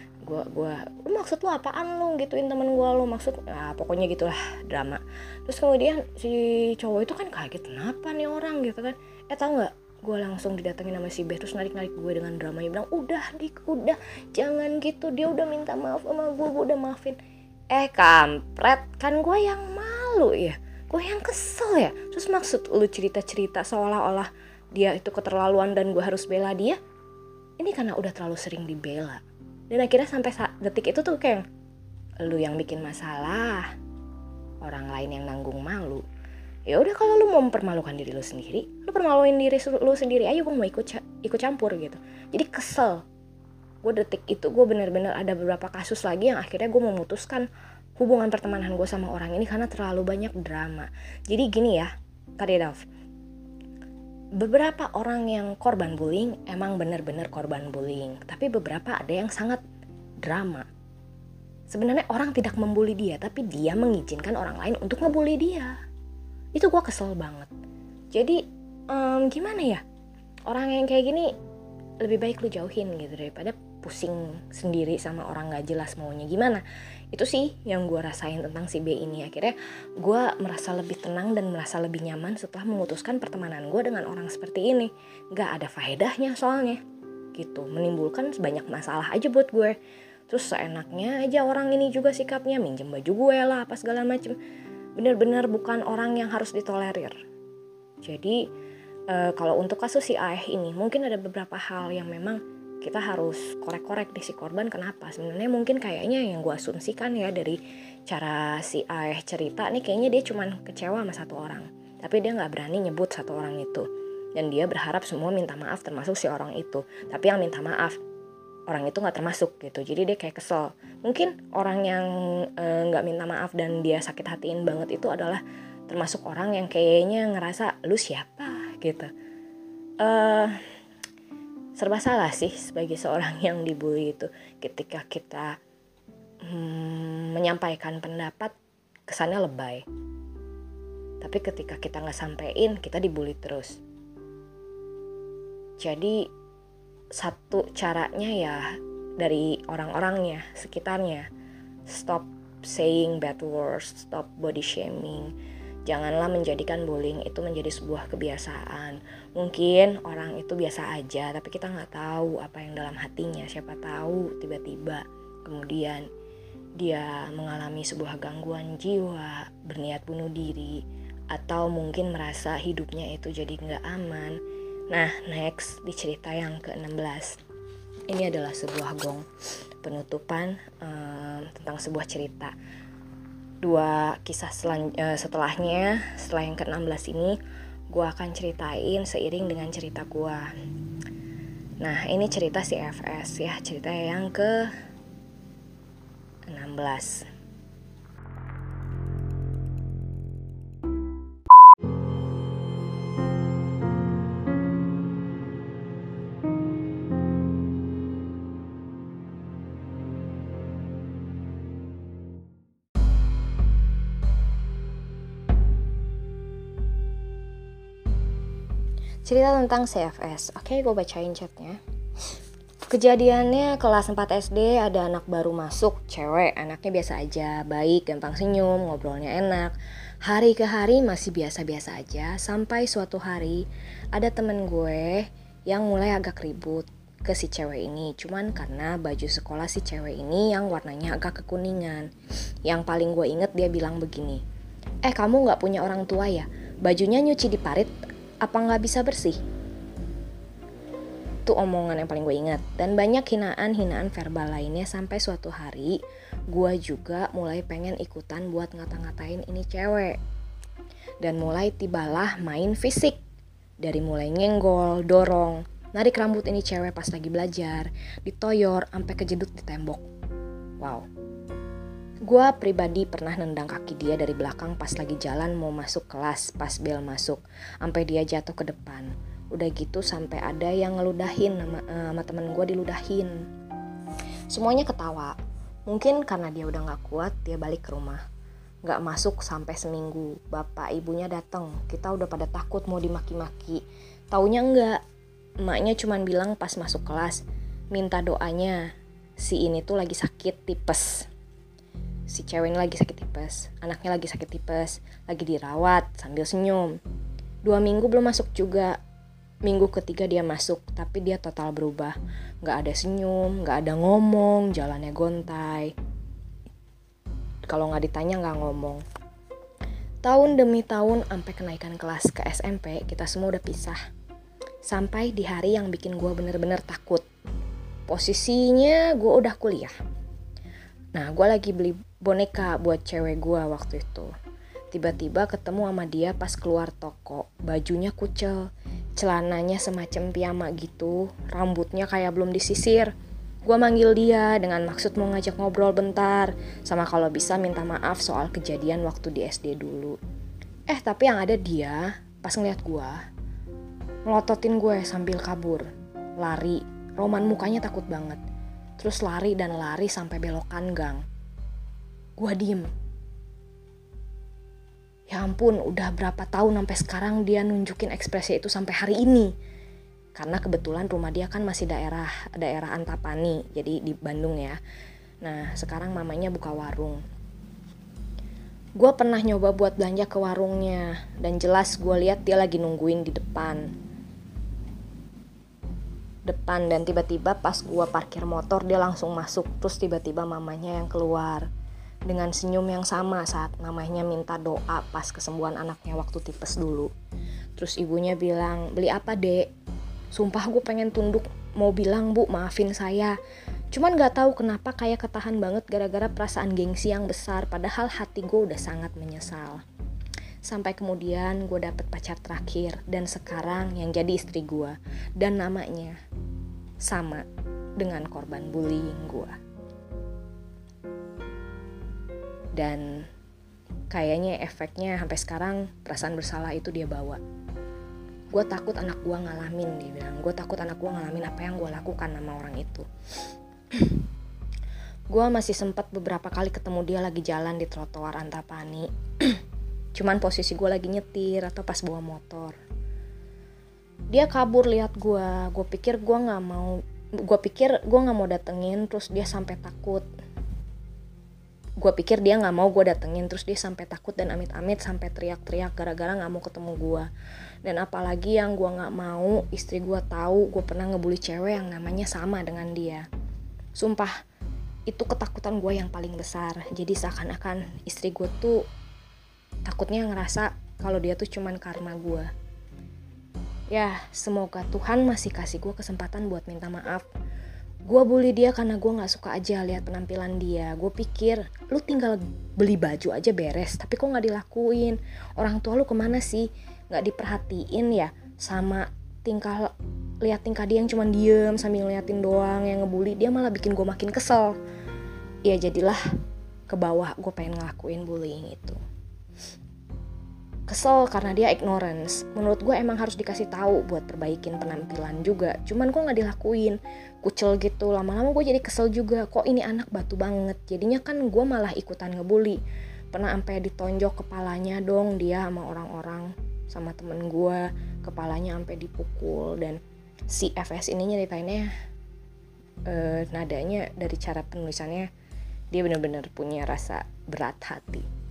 Lu maksud lu apaan lu gituin temen gue, lu maksud pokoknya gitulah drama. Terus kemudian si cowok itu kan kaget, kenapa nih orang gitu kan. Tahu nggak, gue langsung didatengin sama si B, terus narik gue dengan dramanya, bilang udah jangan gitu, dia udah minta maaf sama gue udah maafin. Kampret, kan gue yang malu ya, gue yang kesel ya. Terus maksud lu cerita-cerita seolah-olah dia itu keterlaluan dan gue harus bela dia. Ini karena udah terlalu sering dibela. Dan akhirnya sampai detik itu tuh kayak lu yang bikin masalah, orang lain yang nanggung malu. Ya udah, kalau lu mau mempermalukan diri lu sendiri, lu permaluin diri lu sendiri ayo, gue mau ikut campur gitu. Jadi kesel. Gue detik itu gue benar-benar ada beberapa kasus lagi yang akhirnya gue memutuskan hubungan pertemanan gue sama orang ini karena terlalu banyak drama. Jadi gini ya, Kak Dedav. Beberapa orang yang korban bullying emang benar-benar korban bullying, tapi beberapa ada yang sangat drama. Sebenarnya orang tidak membuli dia, tapi dia mengizinkan orang lain untuk ngebully dia. Itu gue kesel banget. Jadi gimana ya, orang yang kayak gini lebih baik lu jauhin gitu daripada pusing sendiri sama orang gak jelas maunya gimana. Itu sih yang gue rasain tentang si B ini. Akhirnya gue merasa lebih tenang dan merasa lebih nyaman setelah memutuskan pertemanan gue dengan orang seperti ini. Gak ada faedahnya soalnya gitu, menimbulkan banyak masalah aja buat gue. Terus seenaknya aja orang ini juga sikapnya, minjem baju gue lah apa segala macem. Bener-bener bukan orang yang harus ditolerir. Jadi kalau untuk kasus si Aeh ini mungkin ada beberapa hal yang memang kita harus korek-korek di si korban. Kenapa? Sebenarnya mungkin kayaknya yang gue asumsikan ya dari cara si Aeh cerita nih, kayaknya dia cuman kecewa sama satu orang. Tapi dia gak berani nyebut satu orang itu. Dan dia berharap semua minta maaf termasuk si orang itu. Tapi yang minta maaf orang itu gak termasuk gitu. Jadi dia kayak kesel. Mungkin orang yang gak minta maaf dan dia sakit hatiin banget itu adalah termasuk orang yang kayaknya ngerasa lu siapa gitu. Serba salah sih sebagai seorang yang dibully itu. Ketika kita menyampaikan pendapat kesannya lebay. Tapi ketika kita gak sampein, kita dibully terus. Jadi satu caranya ya dari orang-orangnya, sekitarnya. Stop saying bad words, stop body shaming. Janganlah menjadikan bullying itu menjadi sebuah kebiasaan. Mungkin orang itu biasa aja, tapi kita gak tahu apa yang dalam hatinya. Siapa tahu tiba-tiba kemudian dia mengalami sebuah gangguan jiwa, berniat bunuh diri, atau mungkin merasa hidupnya itu jadi gak aman. Nah, next di cerita yang ke-16. Ini adalah sebuah gong penutupan tentang sebuah cerita. Dua kisah setelahnya, setelah yang ke-16 ini, gue akan ceritain seiring dengan cerita gue. Nah, ini cerita si FS ya, cerita yang ke-16. Cerita tentang CFS. Oke, gue bacain chatnya. Kejadiannya kelas 4 SD, ada anak baru masuk, cewek. Anaknya biasa aja, baik, gampang senyum, ngobrolnya enak. Hari ke hari masih biasa-biasa aja, sampai suatu hari ada temen gue yang mulai agak ribut ke si cewek ini. Cuman karena baju sekolah si cewek ini yang warnanya agak kekuningan. Yang paling gue inget dia bilang begini, kamu gak punya orang tua ya? Bajunya nyuci di parit, apa gak bisa bersih? Itu omongan yang paling gue ingat. Dan banyak hinaan-hinaan verbal lainnya. Sampai suatu hari gue juga mulai pengen ikutan buat ngata-ngatain ini cewek. Dan mulai tibalah main fisik. Dari mulai nyenggol, dorong, narik rambut ini cewek pas lagi belajar, ditoyor sampai kejedut di tembok. Wow. Gue pribadi pernah nendang kaki dia dari belakang pas lagi jalan mau masuk kelas, pas bel masuk, sampai dia jatuh ke depan. Udah gitu sampai ada yang ngeludahin sama temen gue, diludahin. Semuanya ketawa. Mungkin karena dia udah gak kuat, dia balik ke rumah. Gak masuk sampai seminggu. Bapak ibunya datang. Kita udah pada takut mau dimaki-maki. Taunya enggak. Emaknya cuman bilang pas masuk kelas, minta doanya. Si ini tuh lagi sakit tipes. Si cewek ini lagi sakit tipes. Anaknya lagi sakit tipes. Lagi dirawat sambil senyum. 2 minggu belum masuk juga. Minggu ketiga dia masuk, tapi dia total berubah. Gak ada senyum, gak ada ngomong, jalannya gontai. Kalau gak ditanya gak ngomong. Tahun demi tahun sampai kenaikan kelas ke SMP, kita semua udah pisah. Sampai di hari yang bikin gue bener-bener takut. Posisinya gue udah kuliah. Nah, gue lagi beli boneka buat cewek gue waktu itu. Tiba-tiba ketemu sama dia pas keluar toko. Bajunya kucel, celananya semacam piyama gitu, rambutnya kayak belum disisir. Gue manggil dia dengan maksud mau ngajak ngobrol bentar, sama kalau bisa minta maaf soal kejadian waktu di SD dulu. Tapi yang ada dia pas ngeliat gue, melototin gue sambil kabur, lari. Roman mukanya takut banget. Terus lari dan lari sampai belokan gang. Gue diem. Ya ampun, udah berapa tahun sampai sekarang dia nunjukin ekspresi itu sampai hari ini. Karena kebetulan rumah dia kan masih daerah Antapani, jadi di Bandung ya. Nah, sekarang mamanya buka warung. Gue pernah nyoba buat belanja ke warungnya, dan jelas gue lihat dia lagi nungguin di depan. depan, dan tiba-tiba pas gue parkir motor dia langsung masuk. Terus tiba-tiba mamanya yang keluar dengan senyum yang sama saat mamanya minta doa pas kesembuhan anaknya waktu tipes dulu. Terus ibunya bilang, beli apa dek? Sumpah gue pengen tunduk mau bilang, bu maafin saya, cuman gak tahu kenapa kayak ketahan banget gara-gara perasaan gengsi yang besar, padahal hati gue udah sangat menyesal. Sampai kemudian gue dapet pacar terakhir, dan sekarang yang jadi istri gue, dan namanya sama dengan korban bullying gue. Dan kayaknya efeknya sampai sekarang perasaan bersalah itu dia bawa. Gue takut anak gue ngalamin, dia bilang, gue takut anak gue ngalamin apa yang gue lakukan sama orang itu. Gue masih sempat beberapa kali ketemu dia lagi jalan di trotoar Antapani. Cuman posisi gue lagi nyetir atau pas bawa motor. Dia kabur lihat gue pikir gue nggak mau datengin, terus dia sampai takut. Gue pikir dia nggak mau gue datengin, terus dia sampai takut dan amit-amit sampai teriak-teriak gara-gara nggak mau ketemu gue. Dan apalagi yang gue nggak mau istri gue tahu gue pernah ngebully cewek yang namanya sama dengan dia. Sumpah, itu ketakutan gue yang paling besar. Jadi seakan-akan istri gue tuh takutnya ngerasa kalau dia tuh cuman karma gue. Ya, semoga Tuhan masih kasih gue kesempatan buat minta maaf. Gue bully dia karena gue gak suka aja lihat penampilan dia. Gue pikir, lu tinggal beli baju aja beres, tapi kok gak dilakuin? Orang tua lu kemana sih? Gak diperhatiin ya sama lihat tingkah dia yang cuma diem sambil ngeliatin doang, yang ngebully dia malah bikin gue makin kesel. Ya jadilah ke bawah gue pengen ngelakuin bullying itu. Kesel karena dia ignorance. Menurut gue emang harus dikasih tahu buat perbaikin penampilan juga. Cuman kok nggak dilakuin, kucel gitu. Lama-lama gue jadi kesel juga. Kok ini anak batu banget. Jadinya kan gue malah ikutan ngebully. Pernah sampai ditonjok kepalanya dong dia sama orang-orang, sama temen gue. Kepalanya sampai dipukul. Dan si FS ini nyeritainnya nadanya dari cara penulisannya, dia benar-benar punya rasa berat hati.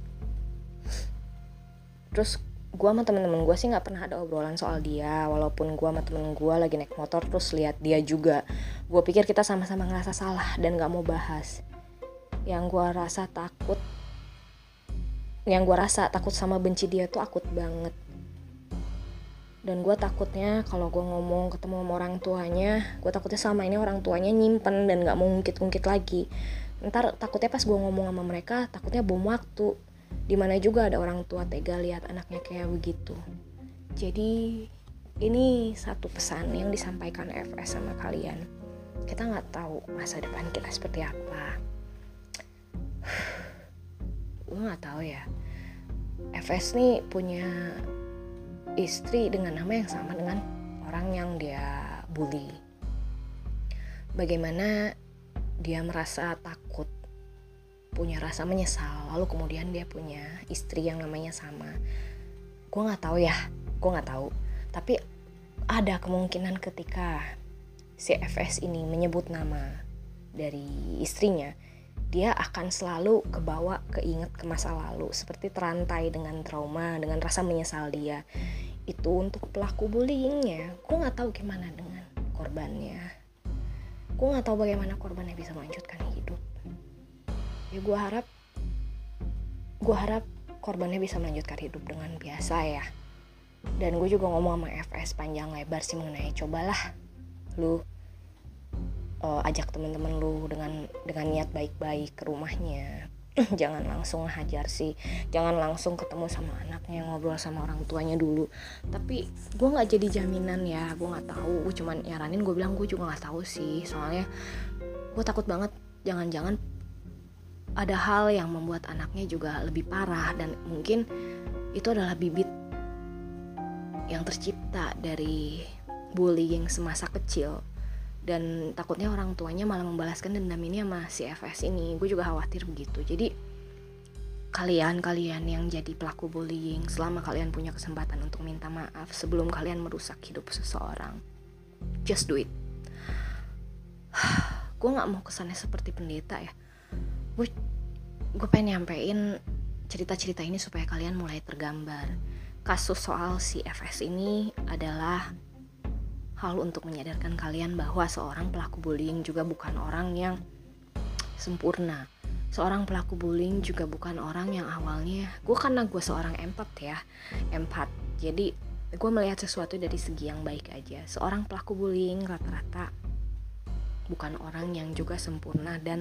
Terus gue sama temen-temen gue sih gak pernah ada obrolan soal dia. Walaupun gue sama temen gue lagi naik motor terus lihat dia juga, gue pikir kita sama-sama ngerasa salah dan gak mau bahas. Yang gue rasa takut sama benci dia tuh akut banget. Dan gue takutnya kalau gue ngomong ketemu sama orang tuanya, gue takutnya sama ini orang tuanya nyimpen dan gak mau ngungkit-ngungkit lagi. Ntar takutnya pas gue ngomong sama mereka, takutnya bom waktu. Dimana juga ada orang tua tega lihat anaknya kayak begitu. Jadi ini satu pesan yang disampaikan FS sama kalian. Kita gak tahu masa depan kita seperti apa. Gue gak tahu ya, FS nih punya istri dengan nama yang sama dengan orang yang dia bully. Bagaimana dia merasa takut, punya rasa menyesal, lalu kemudian dia punya istri yang namanya sama. Gue gak tahu ya, tapi ada kemungkinan ketika si FS ini menyebut nama dari istrinya, dia akan selalu keinget ke masa lalu, seperti terantai dengan trauma, dengan rasa menyesal dia. Itu untuk pelaku bullyingnya. Gue gak tahu gimana dengan korbannya. Gue gak tahu bagaimana korbannya bisa melanjutkan hidup. Ya gue harap korbannya bisa melanjutkan hidup dengan biasa ya. Dan gue juga ngomong sama FS panjang lebar sih mengenai, cobalah lu ajak teman-teman lu dengan niat baik-baik ke rumahnya. Jangan langsung hajar sih, jangan langsung ketemu sama anaknya, ngobrol sama orang tuanya dulu. Tapi gue nggak jadi jaminan ya, gue nggak tahu. Gue cuman nyaranin, gue bilang gue juga nggak tahu sih, soalnya gue takut banget jangan-jangan ada hal yang membuat anaknya juga lebih parah, dan mungkin itu adalah bibit yang tercipta dari bullying semasa kecil. Dan takutnya orang tuanya malah membalaskan dendam ini sama si FS ini. Gue juga khawatir begitu. Jadi kalian yang jadi pelaku bullying, selama kalian punya kesempatan untuk minta maaf sebelum kalian merusak hidup seseorang, just do it. Gue gak mau kesannya seperti pendeta ya. Gue pengen nyampein cerita-cerita ini supaya kalian mulai tergambar. Kasus soal si FS ini adalah hal untuk menyadarkan kalian bahwa seorang pelaku bullying juga bukan orang yang sempurna. Seorang pelaku bullying juga bukan orang yang awalnya, karena gue seorang empat, jadi gue melihat sesuatu dari segi yang baik aja. Seorang pelaku bullying rata-rata bukan orang yang juga sempurna dan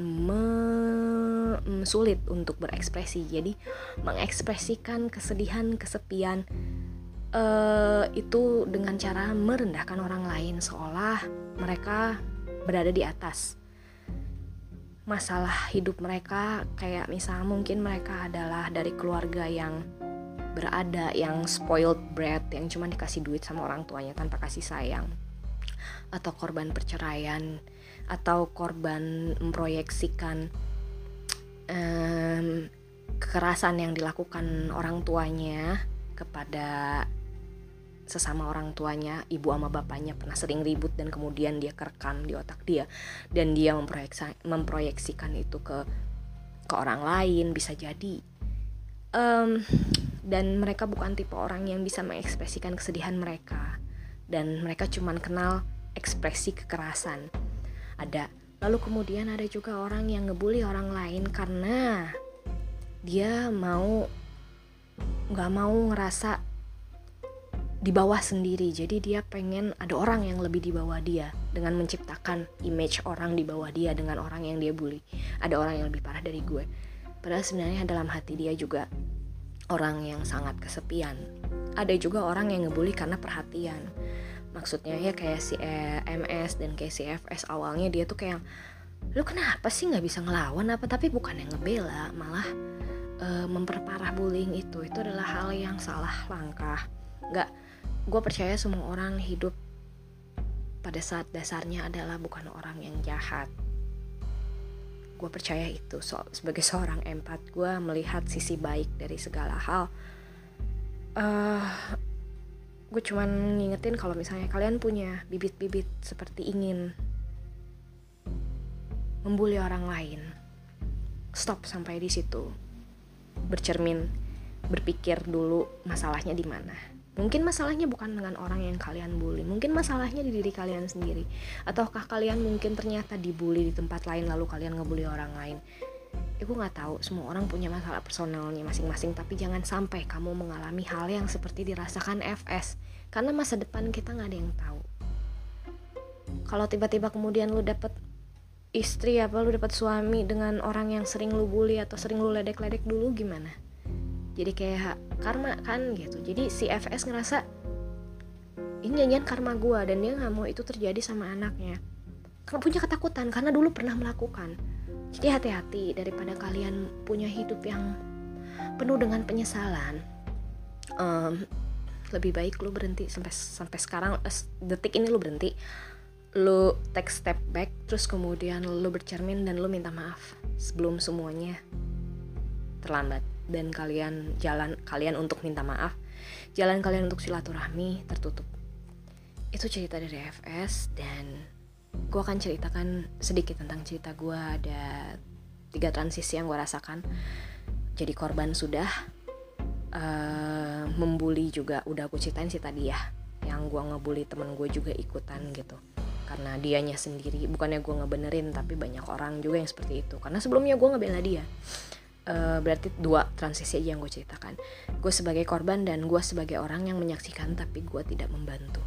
sulit untuk berekspresi. Jadi mengekspresikan kesedihan, kesepian itu dengan cara merendahkan orang lain seolah mereka berada di atas masalah hidup mereka. Kayak misal mungkin mereka adalah dari keluarga yang berada, yang spoiled brat, yang cuma dikasih duit sama orang tuanya tanpa kasih sayang, atau korban perceraian, atau korban memproyeksikan kekerasan yang dilakukan orang tuanya kepada sesama orang tuanya. Ibu sama bapaknya pernah sering ribut dan kemudian dia kerekam di otak dia dan dia memproyeksikan itu ke orang lain, bisa jadi. Dan mereka bukan tipe orang yang bisa mengekspresikan kesedihan mereka, dan mereka cuma kenal ekspresi kekerasan. Lalu kemudian ada juga orang yang ngebully orang lain karena dia nggak mau ngerasa di bawah sendiri. Jadi dia pengen ada orang yang lebih di bawah dia dengan menciptakan image orang di bawah dia dengan orang yang dia bully. Ada orang yang lebih parah dari gue. Padahal sebenarnya dalam hati dia juga orang yang sangat kesepian. Ada juga orang yang ngebully karena perhatian. Maksudnya ya kayak si MS dan kayak si FS, awalnya dia tuh kayak, lu kenapa sih gak bisa ngelawan apa, tapi bukan yang ngebela, malah memperparah bullying. Itu adalah hal yang salah langkah. Gue percaya semua orang hidup pada saat dasarnya adalah bukan orang yang jahat. Gue percaya itu. Sebagai seorang empat, gue melihat sisi baik dari segala hal. Gue cuman ngingetin kalau misalnya kalian punya bibit-bibit seperti ingin membuli orang lain, stop sampai di situ. Bercermin, berpikir dulu masalahnya di mana. Mungkin masalahnya bukan dengan orang yang kalian bully, mungkin masalahnya di diri kalian sendiri. Ataukah kalian mungkin ternyata dibully di tempat lain lalu kalian ngebully orang lain. Gue gak tahu, semua orang punya masalah personalnya masing-masing, tapi jangan sampai kamu mengalami hal yang seperti dirasakan FS, karena masa depan kita gak ada yang tahu. Kalau tiba-tiba kemudian lu dapet istri, lu dapet suami dengan orang yang sering lu bully atau sering lu ledek-ledek dulu, gimana? Jadi kayak karma kan gitu. Jadi si FS ngerasa ini janjian karma gue, dan dia gak mau itu terjadi sama anaknya. Karena punya ketakutan, karena dulu pernah melakukan. Jadi hati-hati, daripada kalian punya hidup yang penuh dengan penyesalan, lebih baik lu berhenti sampai sekarang, detik ini lu berhenti, lu take step back, terus kemudian lu bercermin dan lu minta maaf sebelum semuanya terlambat. Dan kalian untuk minta maaf, jalan kalian untuk silaturahmi tertutup. Itu cerita dari FS, dan gue akan ceritakan sedikit tentang cerita gue. Ada 3 transisi yang gue rasakan. Jadi korban sudah, membuli juga udah gue ceritain sih tadi ya. Yang gue ngebully temen gue juga ikutan gitu, karena dianya sendiri. Bukannya gue ngebenerin, tapi banyak orang juga yang seperti itu. Karena sebelumnya gue ngebela dia. Berarti 2 transisi aja yang gue ceritakan. Gue sebagai korban dan gue sebagai orang yang menyaksikan tapi gue tidak membantu.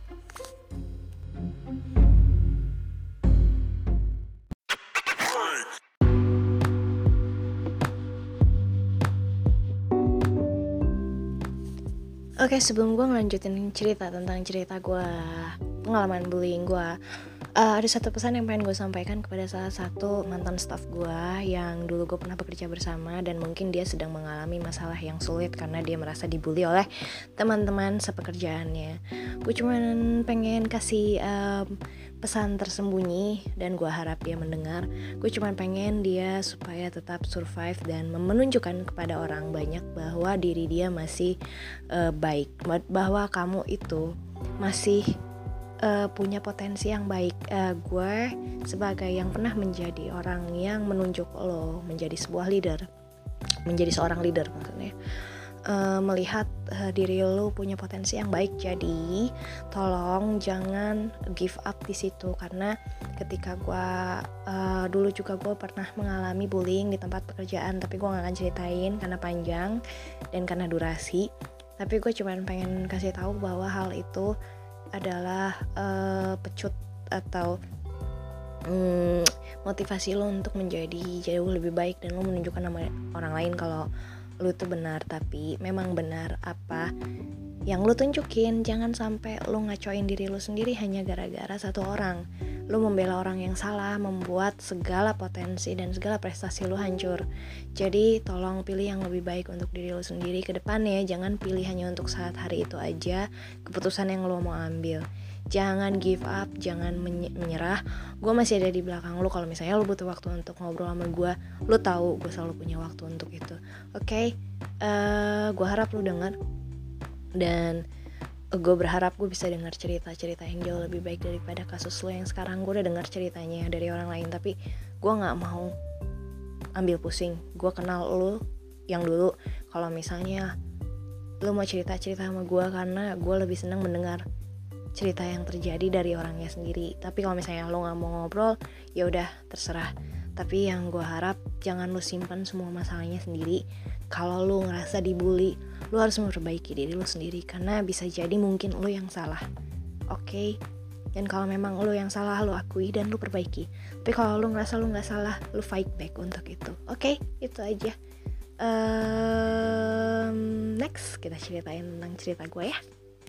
Oke, sebelum gue ngelanjutin cerita gue, pengalaman bullying gue, ada satu pesan yang pengen gue sampaikan kepada salah satu mantan staff gue yang dulu gue pernah bekerja bersama, dan mungkin dia sedang mengalami masalah yang sulit karena dia merasa dibully oleh teman-teman sepekerjaannya. Gue cuma pengen kasih pesan tersembunyi, dan gue harap dia mendengar. Gue cuma pengen dia supaya tetap survive dan menunjukkan kepada orang banyak bahwa diri dia masih baik, bahwa kamu itu masih punya potensi yang baik. Gue sebagai yang pernah menjadi orang yang menunjuk lo menjadi seorang leader maksudnya, melihat diri lu punya potensi yang baik. Jadi tolong jangan give up di situ, karena ketika gue dulu juga gue pernah mengalami bullying di tempat pekerjaan, tapi gue gak akan ceritain karena panjang dan karena durasi. Tapi gue cuma pengen kasih tahu bahwa hal itu adalah pecut atau motivasi lo untuk menjadi jauh lebih baik, dan lo menunjukkan sama orang lain kalau lo tuh benar. Tapi memang benar apa yang lo tunjukin. Jangan sampai lo ngacoin diri lo sendiri hanya gara-gara satu orang. Lo membela orang yang salah, membuat segala potensi dan segala prestasi lo hancur. Jadi tolong pilih yang lebih baik untuk diri lo sendiri ke depannya. Jangan pilih hanya untuk saat hari itu aja keputusan yang lo mau ambil. Jangan give up, jangan menyerah. Gue masih ada di belakang lo. Kalau misalnya lo butuh waktu untuk ngobrol sama gue, lo tahu gue selalu punya waktu untuk itu. Oke? Gue harap lo denger. Dan gue berharap gue bisa dengar cerita-cerita yang jauh lebih baik daripada kasus lo yang sekarang. Gue udah dengar ceritanya dari orang lain, tapi gue gak mau ambil pusing. Gue kenal lo yang dulu. Kalau misalnya lo mau cerita-cerita sama gue, karena gue lebih senang mendengar cerita yang terjadi dari orangnya sendiri. Tapi kalau misalnya lo gak mau ngobrol, ya udah terserah. Tapi yang gue harap jangan lo simpan semua masalahnya sendiri. Kalau lo ngerasa dibully, lo harus memperbaiki diri lo sendiri, karena bisa jadi mungkin lo yang salah. Oke? Dan kalau memang lo yang salah, lo akui dan lo perbaiki. Tapi kalau lo ngerasa lo gak salah, lo fight back untuk itu. Oke? Itu aja. Next kita ceritain tentang cerita gue ya.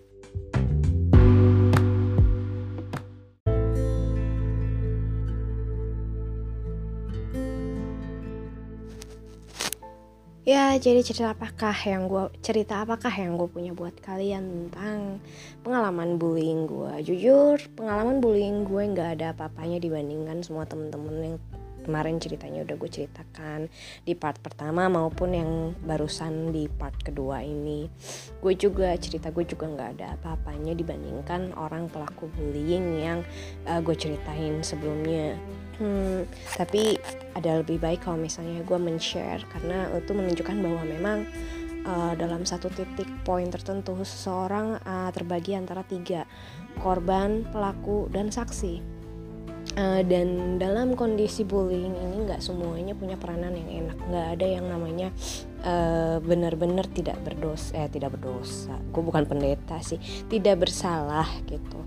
Ya, jadi cerita apakah yang gue punya buat kalian tentang pengalaman bullying gue. Jujur, pengalaman bullying gue gak ada apa-apanya dibandingkan semua temen-temen yang kemarin ceritanya udah gue ceritakan di part pertama maupun yang barusan di part kedua ini. Cerita gue juga gak ada apa-apanya dibandingkan orang pelaku bullying yang gue ceritain sebelumnya. Tapi ada lebih baik kalau misalnya gue men-share, karena itu menunjukkan bahwa memang dalam satu titik poin tertentu seseorang terbagi antara 3, korban, pelaku, dan saksi. Dan dalam kondisi bullying ini gak semuanya punya peranan yang enak. Gak ada yang namanya benar-benar tidak berdosa. Gue bukan pendeta sih, tidak bersalah gitu.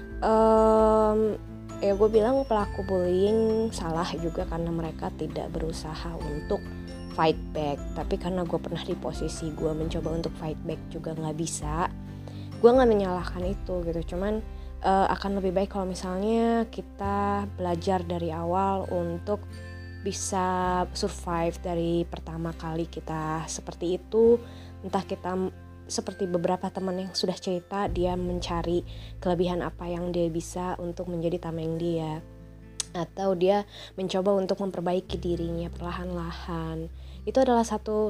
Ya gue bilang pelaku bullying salah juga karena mereka tidak berusaha untuk fight back. Tapi karena gue pernah di posisi gue mencoba untuk fight back juga gak bisa, gue gak menyalahkan itu gitu. Cuman akan lebih baik kalau misalnya kita belajar dari awal untuk bisa survive dari pertama kali kita seperti itu. Entah kita seperti beberapa teman yang sudah cerita, dia mencari kelebihan apa yang dia bisa untuk menjadi tameng dia, atau dia mencoba untuk memperbaiki dirinya perlahan-lahan. Itu adalah satu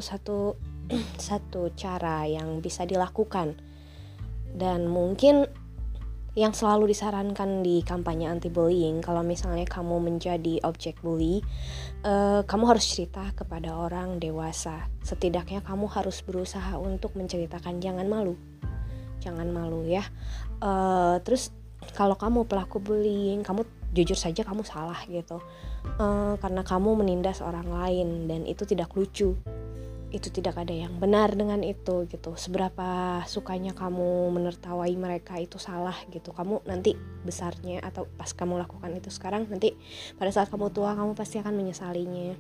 cara yang bisa dilakukan. Dan mungkin yang selalu disarankan di kampanye anti-bullying, kalau misalnya kamu menjadi objek bully, kamu harus cerita kepada orang dewasa. Setidaknya kamu harus berusaha untuk menceritakan. Jangan malu ya. Terus kalau kamu pelaku bullying, kamu jujur saja kamu salah gitu, karena kamu menindas orang lain, dan itu tidak lucu. Itu tidak ada yang benar dengan itu gitu. Seberapa sukanya kamu menertawai mereka itu salah gitu. Kamu nanti besarnya atau pas kamu lakukan itu sekarang, nanti pada saat kamu tua kamu pasti akan menyesalinya.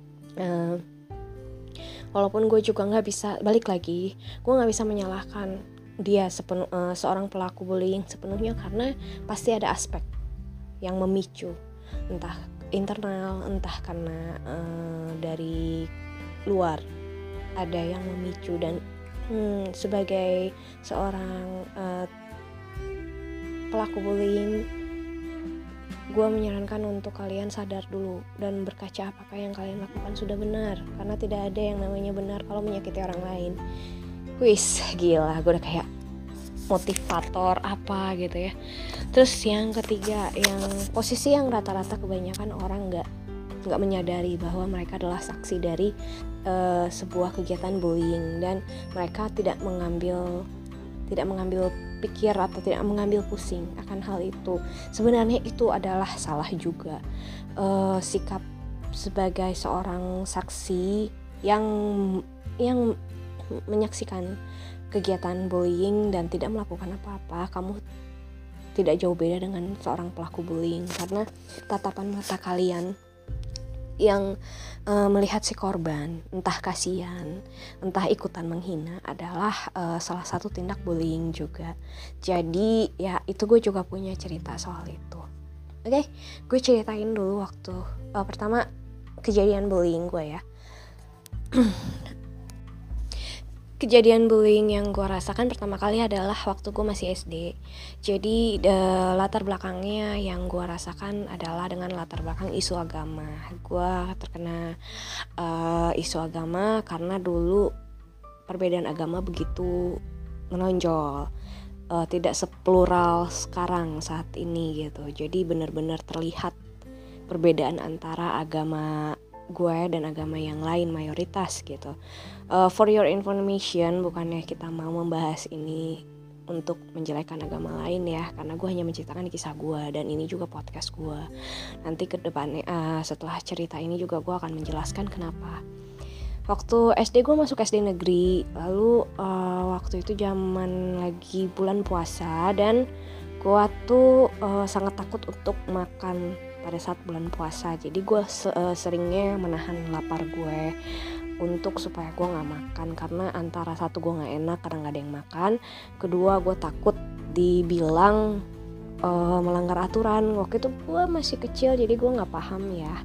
Walaupun gue juga nggak bisa, balik lagi, gue nggak bisa menyalahkan dia seorang pelaku bullying sepenuhnya, karena pasti ada aspek yang memicu, entah internal, entah karena dari luar ada yang memicu. Dan sebagai seorang pelaku bullying, gue menyarankan untuk kalian sadar dulu dan berkaca apakah yang kalian lakukan sudah benar, karena tidak ada yang namanya benar kalau menyakiti orang lain. Wis, gila, gue udah kayak motivator apa gitu ya. Terus yang ketiga, yang posisi yang rata-rata kebanyakan orang nggak menyadari bahwa mereka adalah saksi dari sebuah kegiatan bullying, dan mereka tidak mengambil pikir atau tidak mengambil pusing akan hal itu. Sebenarnya itu adalah salah juga. Sikap sebagai seorang saksi yang menyaksikan kegiatan bullying dan tidak melakukan apa-apa, kamu tidak jauh beda dengan seorang pelaku bullying, karena tatapan mata kalian yang melihat si korban, entah kasihan, entah ikutan menghina, adalah salah satu tindak bullying juga. Jadi ya itu gue juga punya cerita soal itu. Oke, gue ceritain dulu waktu pertama kejadian bullying gue ya. Kejadian bullying yang gue rasakan pertama kali adalah waktu gue masih SD. Jadi latar belakangnya yang gue rasakan adalah dengan latar belakang isu agama. Gue terkena isu agama karena dulu perbedaan agama begitu menonjol. Tidak seplural sekarang saat ini gitu. Jadi benar-benar terlihat perbedaan antara agama gue dan agama yang lain mayoritas gitu. For your information, bukannya kita mau membahas ini untuk menjelekkan agama lain ya, karena gue hanya menceritakan kisah gue dan ini juga podcast gue. Nanti ke depannya setelah cerita ini juga gue akan menjelaskan kenapa. Waktu SD gue masuk SD negeri, lalu waktu itu zaman lagi bulan puasa dan gue tuh sangat takut untuk makan pada saat bulan puasa. Jadi gue seringnya menahan lapar gue untuk supaya gue gak makan, karena antara satu gue gak enak karena gak ada yang makan, kedua gue takut dibilang melanggar aturan. Waktu itu gue masih kecil jadi gue gak paham ya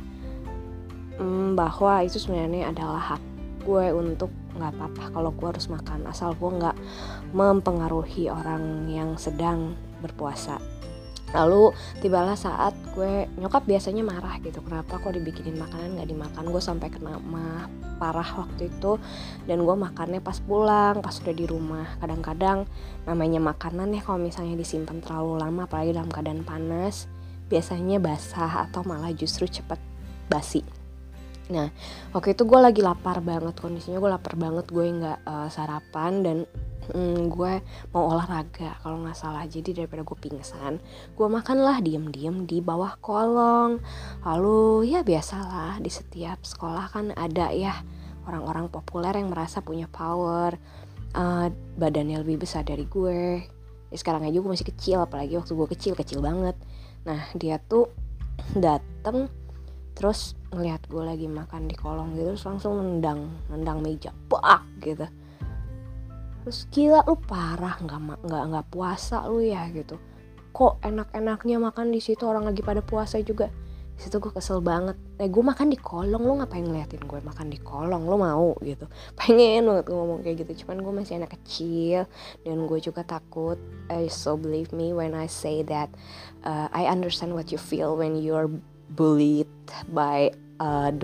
bahwa itu sebenarnya adalah hak gue untuk gak apa-apa kalau gue harus makan, asal gue gak mempengaruhi orang yang sedang berpuasa. Lalu tibalah saat gue, nyokap biasanya marah gitu, kenapa kok dibikinin makanan gak dimakan. Gue sampai kena mah parah waktu itu, dan gue makannya pas pulang, pas udah di rumah. Kadang-kadang namanya makanan ya, kalau misalnya disimpan terlalu lama apalagi dalam keadaan panas, biasanya basah atau malah justru cepet basi. Nah waktu itu gue lagi lapar banget, kondisinya gue lapar banget, gue gak sarapan dan gue mau olahraga kalau gak salah. Jadi daripada gue pingsan, gue makanlah diem-diem di bawah kolong. Lalu ya biasalah, di setiap sekolah kan ada ya orang-orang populer yang merasa punya power, badannya lebih besar dari gue. Ya sekarang aja gue masih kecil, apalagi waktu gue kecil banget. Nah dia tuh dateng terus ngelihat gue lagi makan di kolong gitu, terus langsung nendang meja, bak gitu. Terus gila lu parah, nggak puasa lu ya gitu. Kok enak-enaknya makan di situ, orang lagi pada puasa juga. Di situ gue kesel banget. Gue makan di kolong, lu ngapain ngeliatin gue makan di kolong? Lu mau gitu? Pengen banget gue ngomong kayak gitu, cuman gue masih anak kecil dan gue juga takut. So believe me when I say that I understand what you feel when you're bullied by the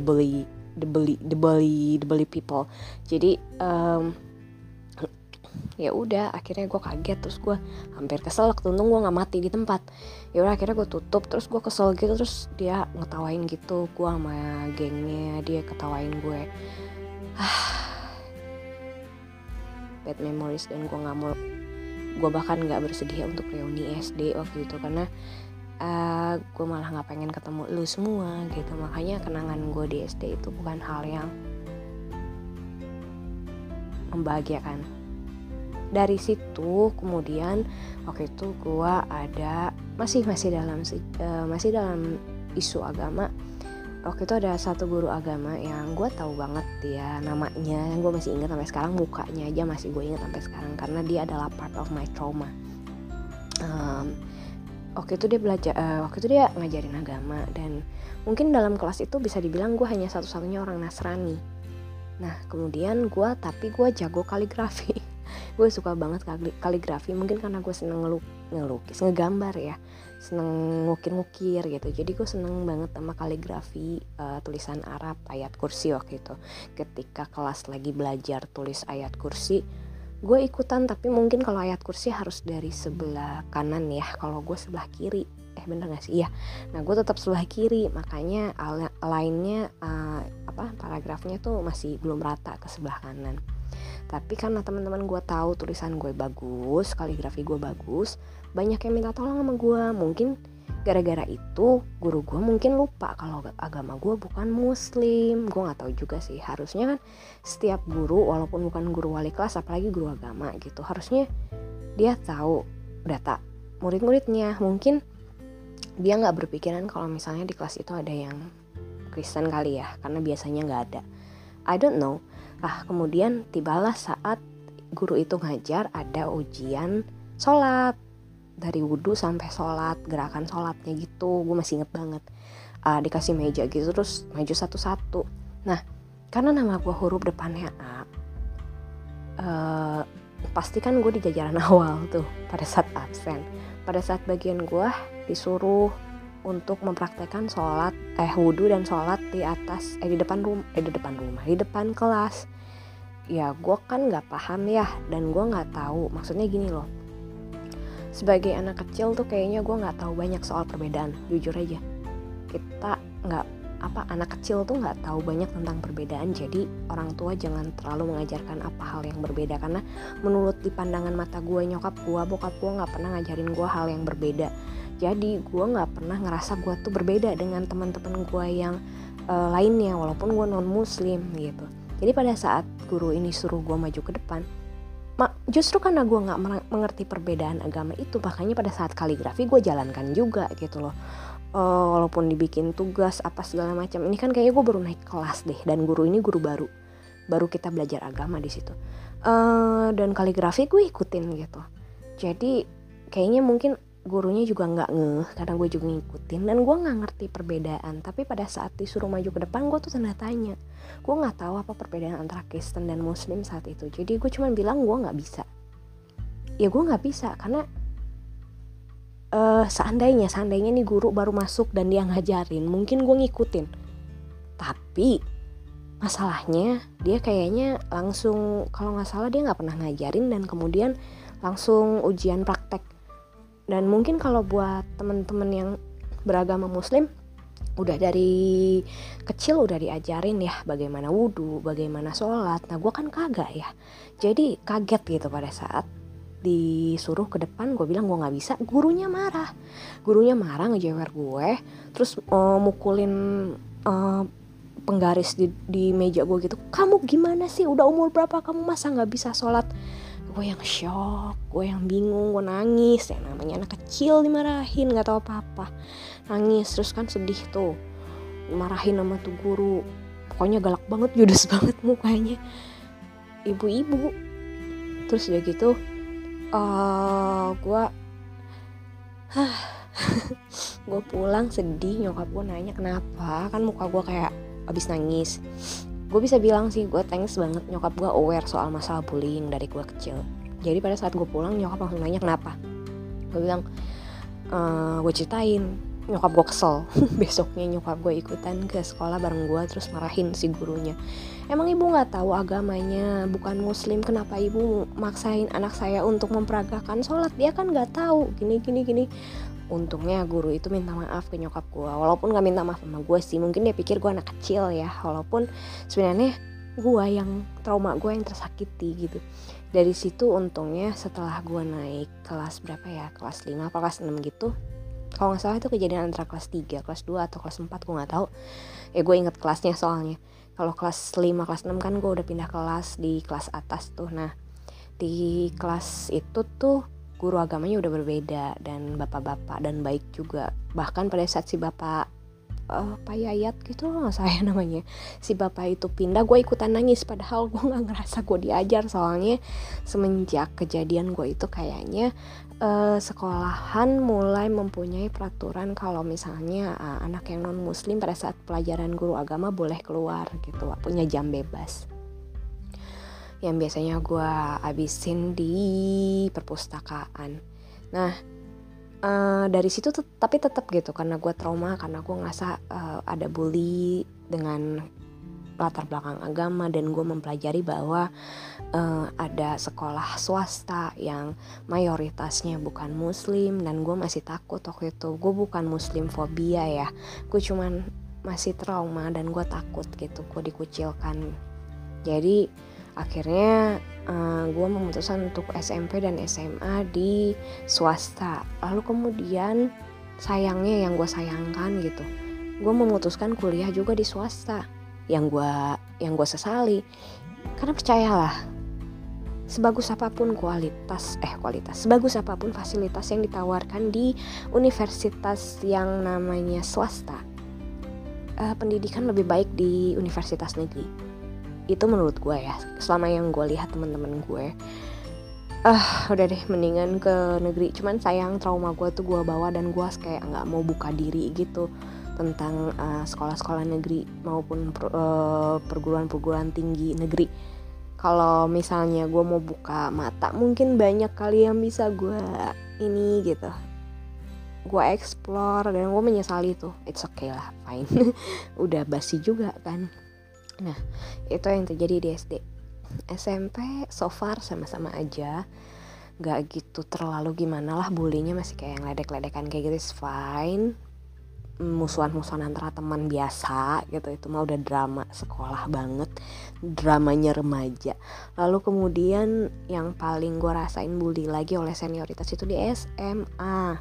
bully people. Jadi ya udah akhirnya gue kaget, terus gue hampir kesel. Untung gue nggak mati di tempat. Ya udah akhirnya gue tutup, terus gue kesel gitu, terus dia ngetawain gitu, gue sama gengnya dia ketawain gue. Bad memories, dan gue bahkan nggak bersedia untuk reuni SD waktu itu karena gue malah nggak pengen ketemu lu semua gitu. Makanya kenangan gue di SD itu bukan hal yang membahagiakan. Dari situ kemudian waktu itu gue ada masih dalam isu agama. Waktu itu ada satu guru agama yang gue tahu banget dia namanya, yang gue masih ingat sampai sekarang, mukanya aja masih gue ingat sampai sekarang karena dia adalah part of my trauma. Waktu itu dia ngajarin agama, dan mungkin dalam kelas itu bisa dibilang gue hanya satu-satunya orang Nasrani. Nah kemudian gue jago kaligrafi. Gue suka banget kaligrafi, mungkin karena gue seneng ngelukis, ngegambar ya, seneng ngukir gitu. Jadi gue seneng banget sama kaligrafi, tulisan Arab, ayat kursi waktu itu. Ketika kelas lagi belajar tulis ayat kursi, gue ikutan, tapi mungkin kalau ayat kursi harus dari sebelah kanan ya, kalau gue sebelah kiri. bener gak sih? Iya. Nah gue tetap sebelah kiri, makanya lainnya paragrafnya tuh masih belum rata ke sebelah kanan. Tapi karena teman-teman gue tahu tulisan gue bagus, kaligrafi gue bagus, banyak yang minta tolong sama gue. Mungkin gara-gara itu guru gue mungkin lupa kalau agama gue bukan muslim. Gue nggak tahu juga sih. Harusnya kan setiap guru, walaupun bukan guru wali kelas, apalagi guru agama gitu, harusnya dia tahu data murid-muridnya. Mungkin dia nggak berpikiran kalau misalnya di kelas itu ada yang Kristen kali ya, karena biasanya nggak ada. I don't know. Kemudian tibalah saat guru itu ngajar, ada ujian sholat, dari wudhu sampai sholat, gerakan sholatnya gitu. Gue masih inget banget. Dikasih meja gitu, terus maju satu-satu. Nah, karena nama gue huruf depannya A, pasti kan gue di jajaran awal tuh pada saat absen. Pada saat bagian gue disuruh untuk mempraktekkan sholat, wudhu dan sholat di depan kelas. Ya gue kan nggak paham ya, dan gue nggak tahu. Maksudnya gini loh, sebagai anak kecil tuh kayaknya gue nggak tahu banyak soal perbedaan. Jujur aja, kita anak kecil tuh nggak tahu banyak tentang perbedaan. Jadi orang tua jangan terlalu mengajarkan apa hal yang berbeda, karena menurut di pandangan mata gue, nyokap gue, bokap gue nggak pernah ngajarin gue hal yang berbeda. Jadi gue nggak pernah ngerasa gue tuh berbeda dengan teman-teman gue yang lainnya, walaupun gue non muslim gitu. Jadi pada saat guru ini suruh gue maju ke depan, justru karena gue gak mengerti perbedaan agama itu, makanya pada saat kaligrafi gue jalankan juga gitu loh. Walaupun dibikin tugas apa segala macam. Ini kan kayaknya gue baru naik kelas deh, dan guru ini guru baru kita belajar agama di situ. Dan kaligrafi gue ikutin gitu. Jadi kayaknya mungkin gurunya juga nggak ngeh, karena gue juga ngikutin, dan gue nggak ngerti perbedaan. Tapi pada saat disuruh maju ke depan, gue tuh tanda tanya. Gue nggak tahu apa perbedaan antara Kristen dan Muslim saat itu. Jadi gue cuma bilang gue nggak bisa. Ya gue nggak bisa karena seandainya nih guru baru masuk dan dia ngajarin, mungkin gue ngikutin. Tapi masalahnya dia kayaknya langsung, kalau nggak salah dia nggak pernah ngajarin, dan kemudian langsung ujian praktek. Dan mungkin kalau buat teman-teman yang beragama muslim, udah dari kecil udah diajarin ya bagaimana wudhu, bagaimana sholat. Nah gue kan kagak ya, jadi kaget gitu pada saat disuruh ke depan. Gue bilang gue gak bisa. Gurunya marah ngejewer gue, terus mukulin penggaris di meja gue gitu. Kamu gimana sih, udah umur berapa kamu masa gak bisa sholat? Gue yang shock, gue yang bingung, gue nangis. Ya namanya anak kecil dimarahin, gak tahu apa-apa, nangis. Terus kan sedih tuh, dimarahin sama tuh guru. Pokoknya galak banget, judes banget mukanya, ibu-ibu. Terus udah gitu gue pulang sedih. Nyokap gue nanya kenapa, kan muka gue kayak abis nangis. Gue bisa bilang sih, gue thanks banget nyokap gue aware soal masalah bullying dari gue kecil. Jadi pada saat gue pulang, nyokap langsung nanya kenapa. Gue bilang, gue ceritain. Nyokap gue kesel. Besoknya nyokap gue ikutan ke sekolah bareng gue, terus marahin si gurunya. Emang ibu gak tahu agamanya bukan muslim, kenapa ibu maksain anak saya untuk memperagakan sholat? Dia kan gak tahu, gini. Untungnya guru itu minta maaf ke nyokap gue, walaupun gak minta maaf sama gue sih. Mungkin dia pikir gue anak kecil ya, walaupun sebenarnya gue yang trauma, gue yang tersakiti gitu. Dari situ untungnya setelah gue naik kelas berapa ya, kelas 5 apa kelas 6 gitu, kalau gak salah itu kejadian antara kelas 3, kelas 2 atau kelas 4, gue gak tahu. Gue inget kelasnya soalnya. Kalau kelas 5, kelas 6 kan gue udah pindah kelas di kelas atas tuh. Nah di kelas itu tuh guru agamanya udah berbeda, dan bapak-bapak dan baik juga. Bahkan pada saat si bapak Pak Yayat gitu loh saya namanya, si bapak itu pindah, gue ikutan nangis. Padahal gue gak ngerasa gue diajar. Soalnya semenjak kejadian gue itu kayaknya sekolahan mulai mempunyai peraturan kalau misalnya anak yang non muslim pada saat pelajaran guru agama boleh keluar gitu, punya jam bebas yang biasanya gue habisin di perpustakaan. Nah dari situ tapi tetap gitu, karena gue trauma, karena gue ngerasa ada bully dengan latar belakang agama, dan gue mempelajari bahwa ada sekolah swasta yang mayoritasnya bukan muslim, dan gue masih takut waktu itu. Gue bukan muslim fobia ya, gue cuman masih trauma dan gue takut gitu, gue dikucilkan. Jadi akhirnya gue memutuskan untuk SMP dan SMA di swasta. Lalu kemudian sayangnya, yang gue sayangkan gitu, gue memutuskan kuliah juga di swasta, yang gue sesali. Karena percayalah, sebagus apapun sebagus apapun fasilitas yang ditawarkan di universitas yang namanya swasta, pendidikan lebih baik di universitas negeri. Itu menurut gue ya, selama yang gue lihat teman-teman gue. Udah deh, mendingan ke negeri. Cuman sayang, trauma gue tuh gue bawa, dan gue kayak nggak mau buka diri gitu tentang sekolah-sekolah negeri maupun perguruan-perguruan tinggi negeri. Kalau misalnya gue mau buka mata, mungkin banyak kali yang bisa gue ini gitu, gue explore, dan gue menyesali tuh. It's okay lah, fine. Udah basi juga kan. Nah, itu yang terjadi di SD. SMP so far sama-sama aja, gak gitu terlalu gimana lah, bulinya masih kayak yang ledek-ledekan kayak gitu, is fine. Musuhan-musuhan antara teman biasa gitu, itu mah udah drama sekolah banget, dramanya remaja. Lalu kemudian yang paling gue rasain bully lagi oleh senioritas itu di SMA.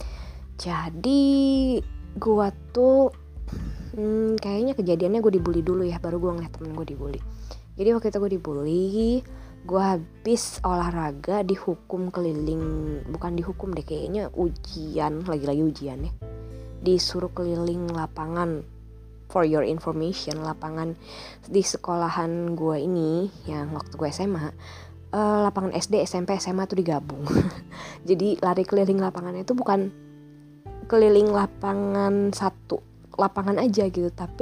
Jadi gue tuh kayaknya kejadiannya gue dibully dulu ya, baru gue ngeliat temen gue dibully. Jadi waktu itu gue dibully, gue habis olahraga dihukum keliling, bukan dihukum deh, kayaknya ujian, lagi-lagi ujian ya, disuruh keliling lapangan. For your information, lapangan di sekolahan gue ini yang waktu gue SMA, lapangan SD, SMP, SMA tuh digabung. Jadi lari keliling lapangan itu bukan keliling lapangan satu lapangan aja gitu, tapi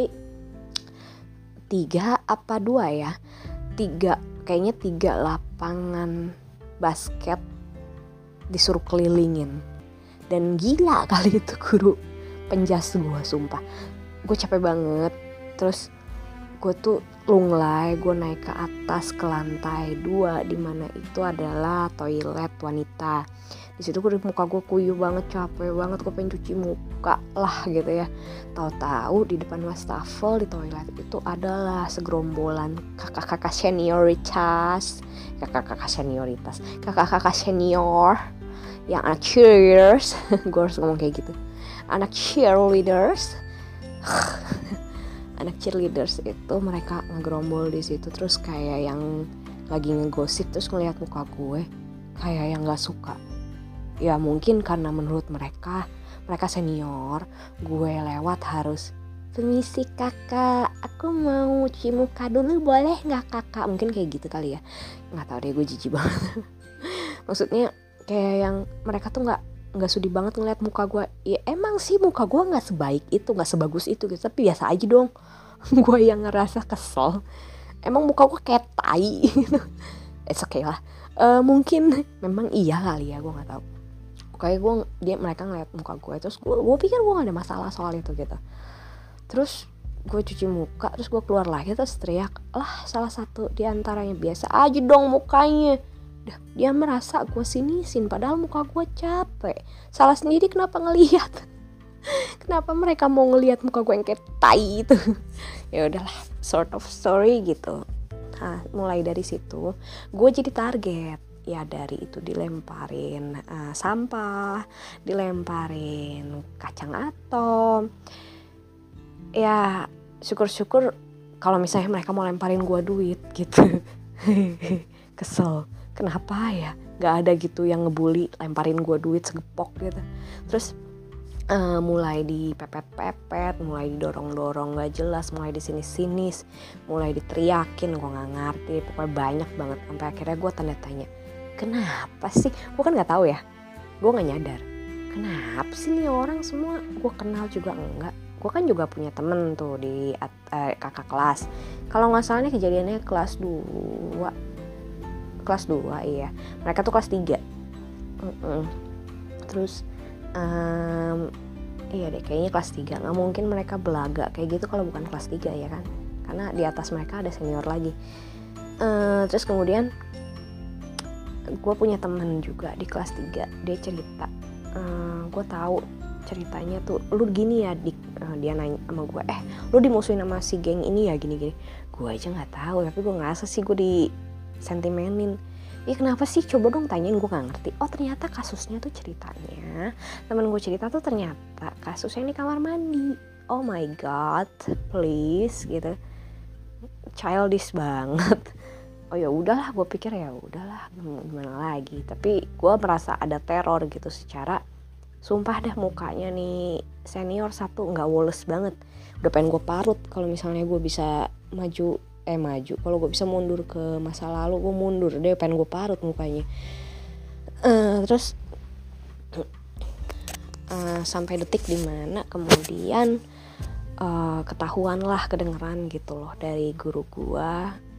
3 apa 2 ya, 3 kayaknya 3 lapangan basket disuruh kelilingin. Dan gila kali itu guru penjas gue, sumpah gue capek banget. Terus gue tuh lunglai, gue naik ke atas ke lantai 2, dimana itu adalah toilet wanita. Di situ muka gue kuyuh banget, capek banget, gue pengen cuci muka lah gitu ya. Tahu-tahu di depan wastafel di toilet itu adalah segerombolan kakak-kakak senioritas, kakak-kakak senior yang anak cheerleaders. Gue harus ngomong kayak gitu, anak cheerleaders. Anak cheerleaders itu mereka ngegerombol di situ, terus kayak yang lagi ngegosip, terus ngelihat muka gue kayak yang nggak suka. Ya mungkin karena menurut mereka senior, gue lewat harus, permisi kakak, aku mau cuci muka dulu boleh nggak kakak? Mungkin kayak gitu kali ya, nggak tahu deh, gue jijik banget. Maksudnya kayak yang mereka tuh nggak sudi banget ngeliat muka gue. Ya emang sih muka gue nggak sebaik itu, nggak sebagus itu gitu, tapi biasa aja dong. Gue yang ngerasa kesel, emang muka gue kayak tai gitu. It's okay lah, mungkin memang iya kali ya, gue nggak tahu. Kayak mereka ngeliat muka gue, terus gue pikir gue gak ada masalah soal itu gitu. Terus gue cuci muka, terus gue keluar lagi, terus teriak lah salah satu di antaranya, biasa aja dong mukanya. Dia merasa gue sinisin, padahal muka gue capek, salah sendiri kenapa ngelihat. Kenapa mereka mau ngelihat muka gue yang kayak tai itu. Ya udahlah, sort of story gitu. Nah, mulai dari situ gue jadi target. Ya dari itu dilemparin sampah, dilemparin kacang atom. Ya syukur-syukur kalau misalnya mereka mau lemparin gue duit gitu. Kesel, kenapa ya gak ada gitu yang ngebully lemparin gue duit segepok gitu. Terus mulai dipepet-pepet, mulai didorong-dorong gak jelas, mulai disinis-sinis, mulai diteriakin, gue gak ngerti, pokoknya banyak banget. Sampai akhirnya gue tanda tanya, kenapa sih? Gue kan gak tahu ya, gue gak nyadar, kenapa sih nih orang semua gue kenal juga enggak. Gue kan juga punya temen tuh di kakak kelas. Kalau gak salah nih kejadiannya kelas 2 iya, mereka tuh kelas 3. Terus iya deh, kayaknya kelas 3. Gak mungkin mereka belaga kayak gitu kalau bukan kelas 3 ya kan. karena di atas mereka ada senior lagi. Terus kemudian gue punya temen juga di kelas 3, dia cerita, gue tahu ceritanya tuh, lu gini ya dik, dia nanya sama gue, lu dimusuhin sama si geng ini ya gini-gini. Gue aja nggak tahu, tapi gue ngerasa sih gue disentimenin. Ya kenapa sih, coba dong tanyain, gue nggak ngerti. Oh ternyata kasusnya tuh, ceritanya temen gue cerita tuh ternyata kasusnya di kamar mandi. Oh my god, please gitu, childish banget. Oh ya udahlah, gue pikir ya udahlah, gimana lagi. Tapi gue merasa ada teror gitu, secara sumpah dah mukanya nih senior satu nggak woles banget. Udah pengen gue parut kalau misalnya gue bisa maju. Kalau gue bisa mundur ke masa lalu, gue mundur deh, pengen gue parut mukanya. Terus sampai detik dimana kemudian ketahuan lah, kedengeran gitu loh dari guru gue.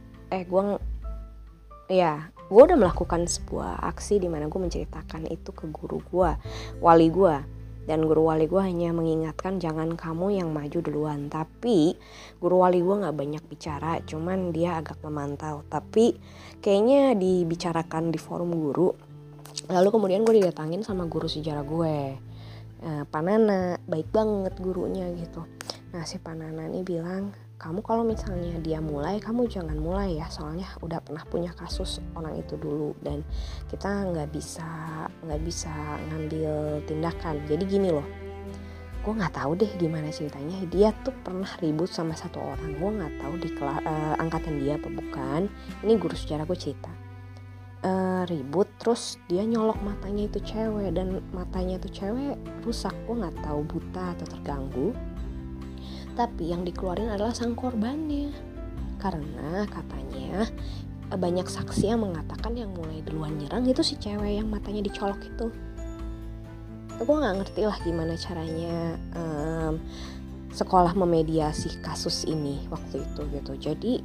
Gue udah melakukan sebuah aksi di mana gue menceritakan itu ke guru gue, wali gue. Dan guru wali gue hanya mengingatkan jangan kamu yang maju duluan. Tapi guru wali gue gak banyak bicara, cuman dia agak memantau. Tapi kayaknya dibicarakan di forum guru. Lalu kemudian gue didatangin sama guru sejarah gue, Pak Nana, baik banget gurunya gitu. Nah si Pak Nana ini bilang, kamu kalau misalnya dia mulai, kamu jangan mulai ya, soalnya udah pernah punya kasus orang itu dulu dan kita nggak bisa ngambil tindakan. Jadi gini loh, gue nggak tahu deh gimana ceritanya. Dia tuh pernah ribut sama satu orang, gue nggak tahu di angkatan dia apa bukan. Ini guru sejarah gue cerita, ribut terus dia nyolok matanya itu cewek, dan matanya itu cewek rusak. Gue nggak tahu buta atau terganggu. Tapi yang dikeluarin adalah sang korbannya, karena katanya banyak saksi yang mengatakan yang mulai duluan nyerang itu si cewek yang matanya dicolok itu. Gue nggak ngerti lah gimana caranya sekolah memediasi kasus ini waktu itu gitu. Jadi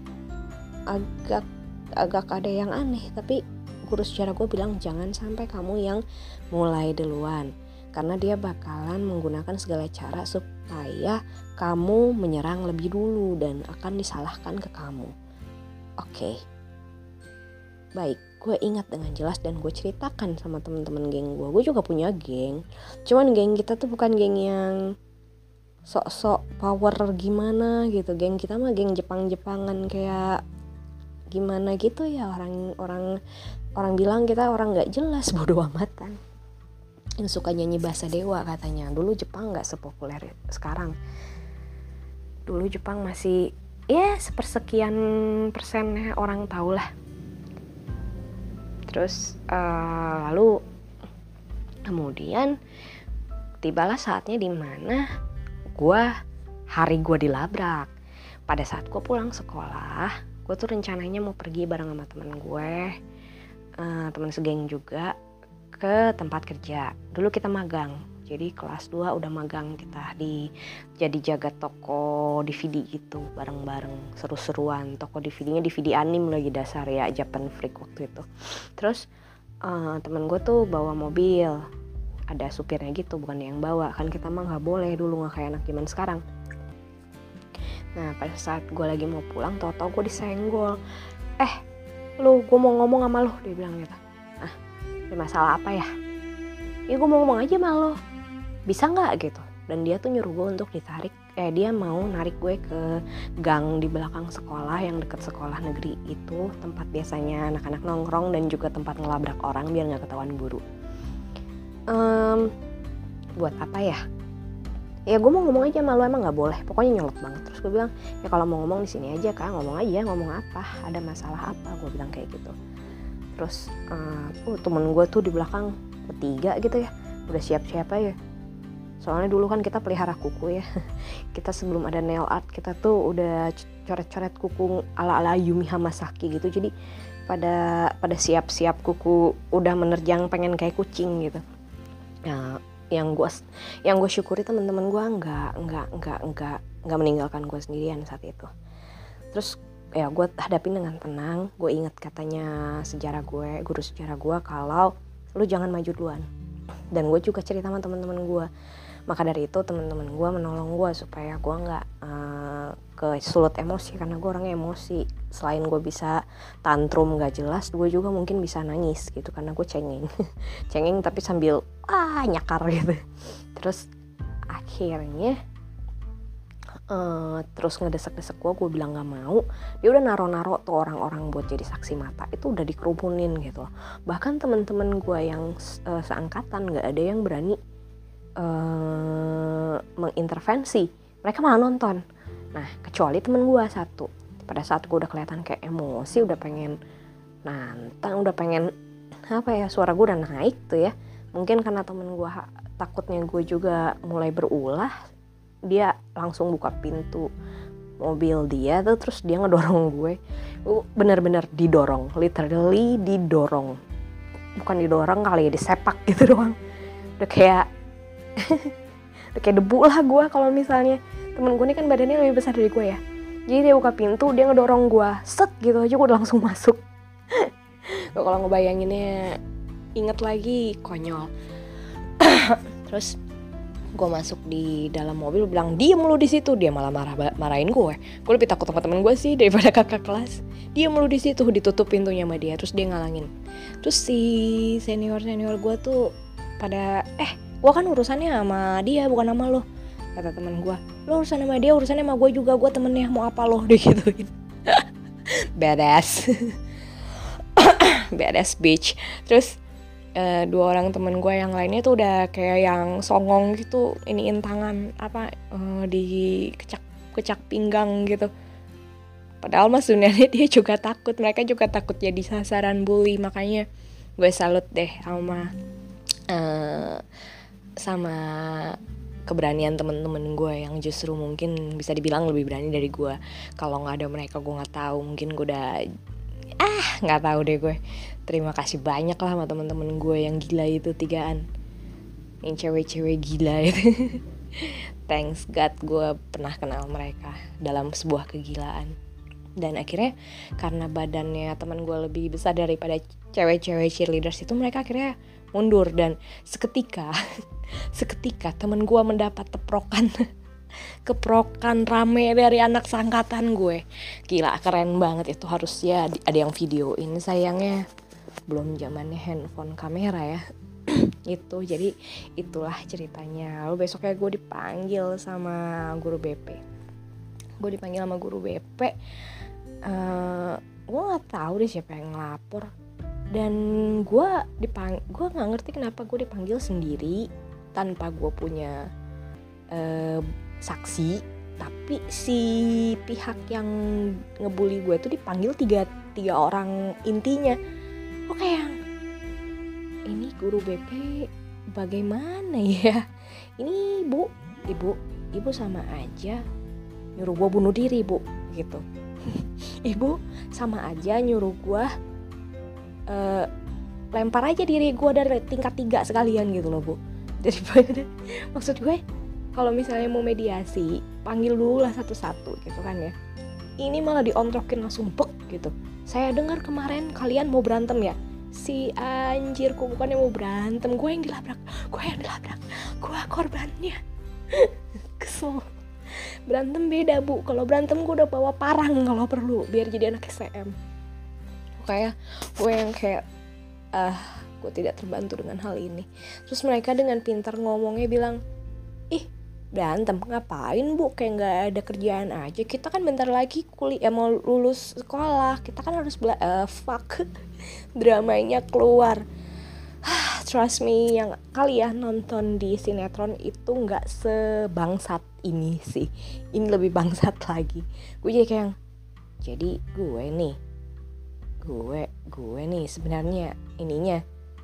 agak ada yang aneh. Tapi guru sejarah gue bilang jangan sampai kamu yang mulai duluan, karena dia bakalan menggunakan segala cara supaya kamu menyerang lebih dulu dan akan disalahkan ke kamu. Oke. Baik, gue ingat dengan jelas dan gue ceritakan sama teman-teman geng gue. Gue juga punya geng. Cuman geng kita tuh bukan geng yang sok-sok power gimana gitu. Geng kita mah geng Jepang-Jepangan kayak gimana gitu ya. Orang bilang kita orang gak jelas, bodo amatan. Yang suka nyanyi bahasa dewa katanya. Dulu Jepang gak sepopuler sekarang. Dulu Jepang masih sepersekian persennya orang tahu lah. Terus lalu kemudian tibalah saatnya di mana hari gue dilabrak. Pada saat gue pulang sekolah, gue tuh rencananya mau pergi bareng sama teman gue, teman segeng juga, ke tempat kerja. Dulu kita magang. Jadi kelas 2 udah magang kita jadi jaga toko DVD gitu bareng-bareng, seru-seruan. Toko DVD-nya DVD anim lagi dasar ya, Japan Freak waktu itu. Terus temen gue tuh bawa mobil, ada supirnya gitu, bukan yang bawa. Kan kita mah nggak boleh dulu, nggak kayak anak zaman sekarang. Nah pada saat gue lagi mau pulang, tau-tau gue disenggol. Gue mau ngomong sama lo, dia bilang gitu. Ada masalah apa ya? Ya gue mau ngomong aja sama lo, bisa nggak gitu. Dan dia tuh nyuruh gue untuk dia mau narik gue ke gang di belakang sekolah yang deket sekolah negeri itu, tempat biasanya anak-anak nongkrong dan juga tempat ngelabrak orang biar nggak ketahuan guru. Buat apa ya? Ya gue mau ngomong aja sama lo, emang nggak boleh, pokoknya nyolot banget. Terus gue bilang, ya kalau mau ngomong di sini aja Kak, ngomong aja, ngomong apa, ada masalah apa, gue bilang kayak gitu. Terus temen gue tuh di belakang bertiga gitu ya, udah siap-siap aja. Soalnya dulu kan kita pelihara kuku ya. Kita sebelum ada nail art, kita tuh udah coret-coret kuku ala-ala Yumi Hamasaki gitu. Jadi pada siap-siap kuku udah menerjang pengen kayak kucing gitu. Nah, yang gue syukuri teman-teman gue nggak meninggalkan gue sendirian saat itu. Terus ya gue hadapin dengan tenang. Gue ingat katanya guru sejarah gue, kalau lu jangan maju duluan. Dan gue juga cerita sama teman-teman gue. Maka dari itu teman-teman gue menolong gue supaya gue nggak ke sulut emosi, karena gue orangnya emosi. Selain gue bisa tantrum gak jelas, gue juga mungkin bisa nangis gitu karena gue cengeng cengeng tapi sambil nyakar gitu. Terus akhirnya terus ngedesek-desek gue bilang gak mau. Dia udah naro-naro tuh orang-orang buat jadi saksi mata, itu udah dikerumunin gitu. Bahkan temen-temen gue yang seangkatan gak ada yang berani mengintervensi, mereka malah nonton. Nah kecuali temen gue satu, pada saat gue udah kelihatan kayak emosi, udah pengen nantang, udah pengen suara gue udah naik tuh ya, mungkin karena temen gue takutnya gue juga mulai berulah, dia langsung buka pintu mobil dia tuh, terus dia ngedorong gue. Bener-bener didorong, literally didorong, bukan didorong kali ya, disepak gitu doang. Udah kayak udah kayak debu lah gue. Kalau misalnya temen gue ini kan badannya lebih besar dari gue ya, jadi dia buka pintu, dia ngedorong gue, set gitu aja gue udah langsung masuk. Kalau ngebayanginnya inget lagi konyol. Terus gue masuk di dalam mobil, bilang diem lu di situ, dia malah marahin gue. Gue lebih takut sama temen gue sih daripada kakak kelas. Diem lu di situ, ditutup pintunya sama dia, terus dia ngalangin. Terus si senior gue tuh pada gue kan urusannya sama dia bukan sama lo, kata temen gue. Lo urusan sama dia, urusannya sama gue juga, gue temennya, mau apa lo, digituin. Badass. Badass bitch. Terus dua orang temen gue yang lainnya tuh udah kayak yang songong gitu, iniin tangan di kecak pinggang gitu. Padahal mas sebenarnya dia juga takut, mereka juga takut jadi sasaran bully. Makanya gue salut deh sama keberanian temen-temen gue yang justru mungkin bisa dibilang lebih berani dari gue. Kalau nggak ada mereka gue nggak tahu, mungkin gue udah nggak tahu deh gue. Terima kasih banyak lah sama temen-temen gue yang gila itu, 3an, yang cewek-cewek gila itu. Thanks God gue pernah kenal mereka dalam sebuah kegilaan. Dan akhirnya karena badannya teman gue lebih besar daripada cewek-cewek cheerleaders itu, mereka akhirnya mundur. Dan seketika teman gue mendapat keprokan rame dari anak seangkatan gue. Gila, keren banget itu. Harusnya ada yang videoin, sayangnya belum zamannya handphone kamera ya. Itu jadi itulah ceritanya. Lalu besoknya gue dipanggil sama guru BP. Gue nggak tahu deh siapa yang ngelapor, dan gue nggak ngerti kenapa gue dipanggil sendiri tanpa gue punya saksi. Tapi si pihak yang ngebully gue tuh dipanggil tiga orang intinya. Oke, yang ini guru BP bagaimana ya? Ini ibu sama aja nyuruh gue bunuh diri, bu, gitu. Ibu sama aja nyuruh gue lempar aja diri gue dari tingkat 3 sekalian gitu loh, bu. Jadi maksud gue, kalau misalnya mau mediasi, panggil dulu lah satu-satu gitu kan ya. Ini malah diontrokin langsung bek gitu. Saya dengar kemarin kalian mau berantem ya. Si anjir, kok bukannya mau berantem, gue yang dilabrak, gue korbannya. Kesel. Berantem beda, bu. Kalau berantem gue udah bawa parang kalau perlu, biar jadi anak STM. Kayak gue yang kayak gue tidak terbantu dengan hal ini. Terus mereka dengan pintar ngomongnya bilang, ih, berantem ngapain, bu, kayak nggak ada kerjaan aja. Kita kan bentar lagi kuliah, mau lulus sekolah, kita kan harus fuck. Dramanya keluar. Trust me, yang kalian nonton di sinetron itu nggak sebangsat ini sih. Ini lebih bangsat lagi. Gue jadi kayak, jadi gue nih sebenarnya ininya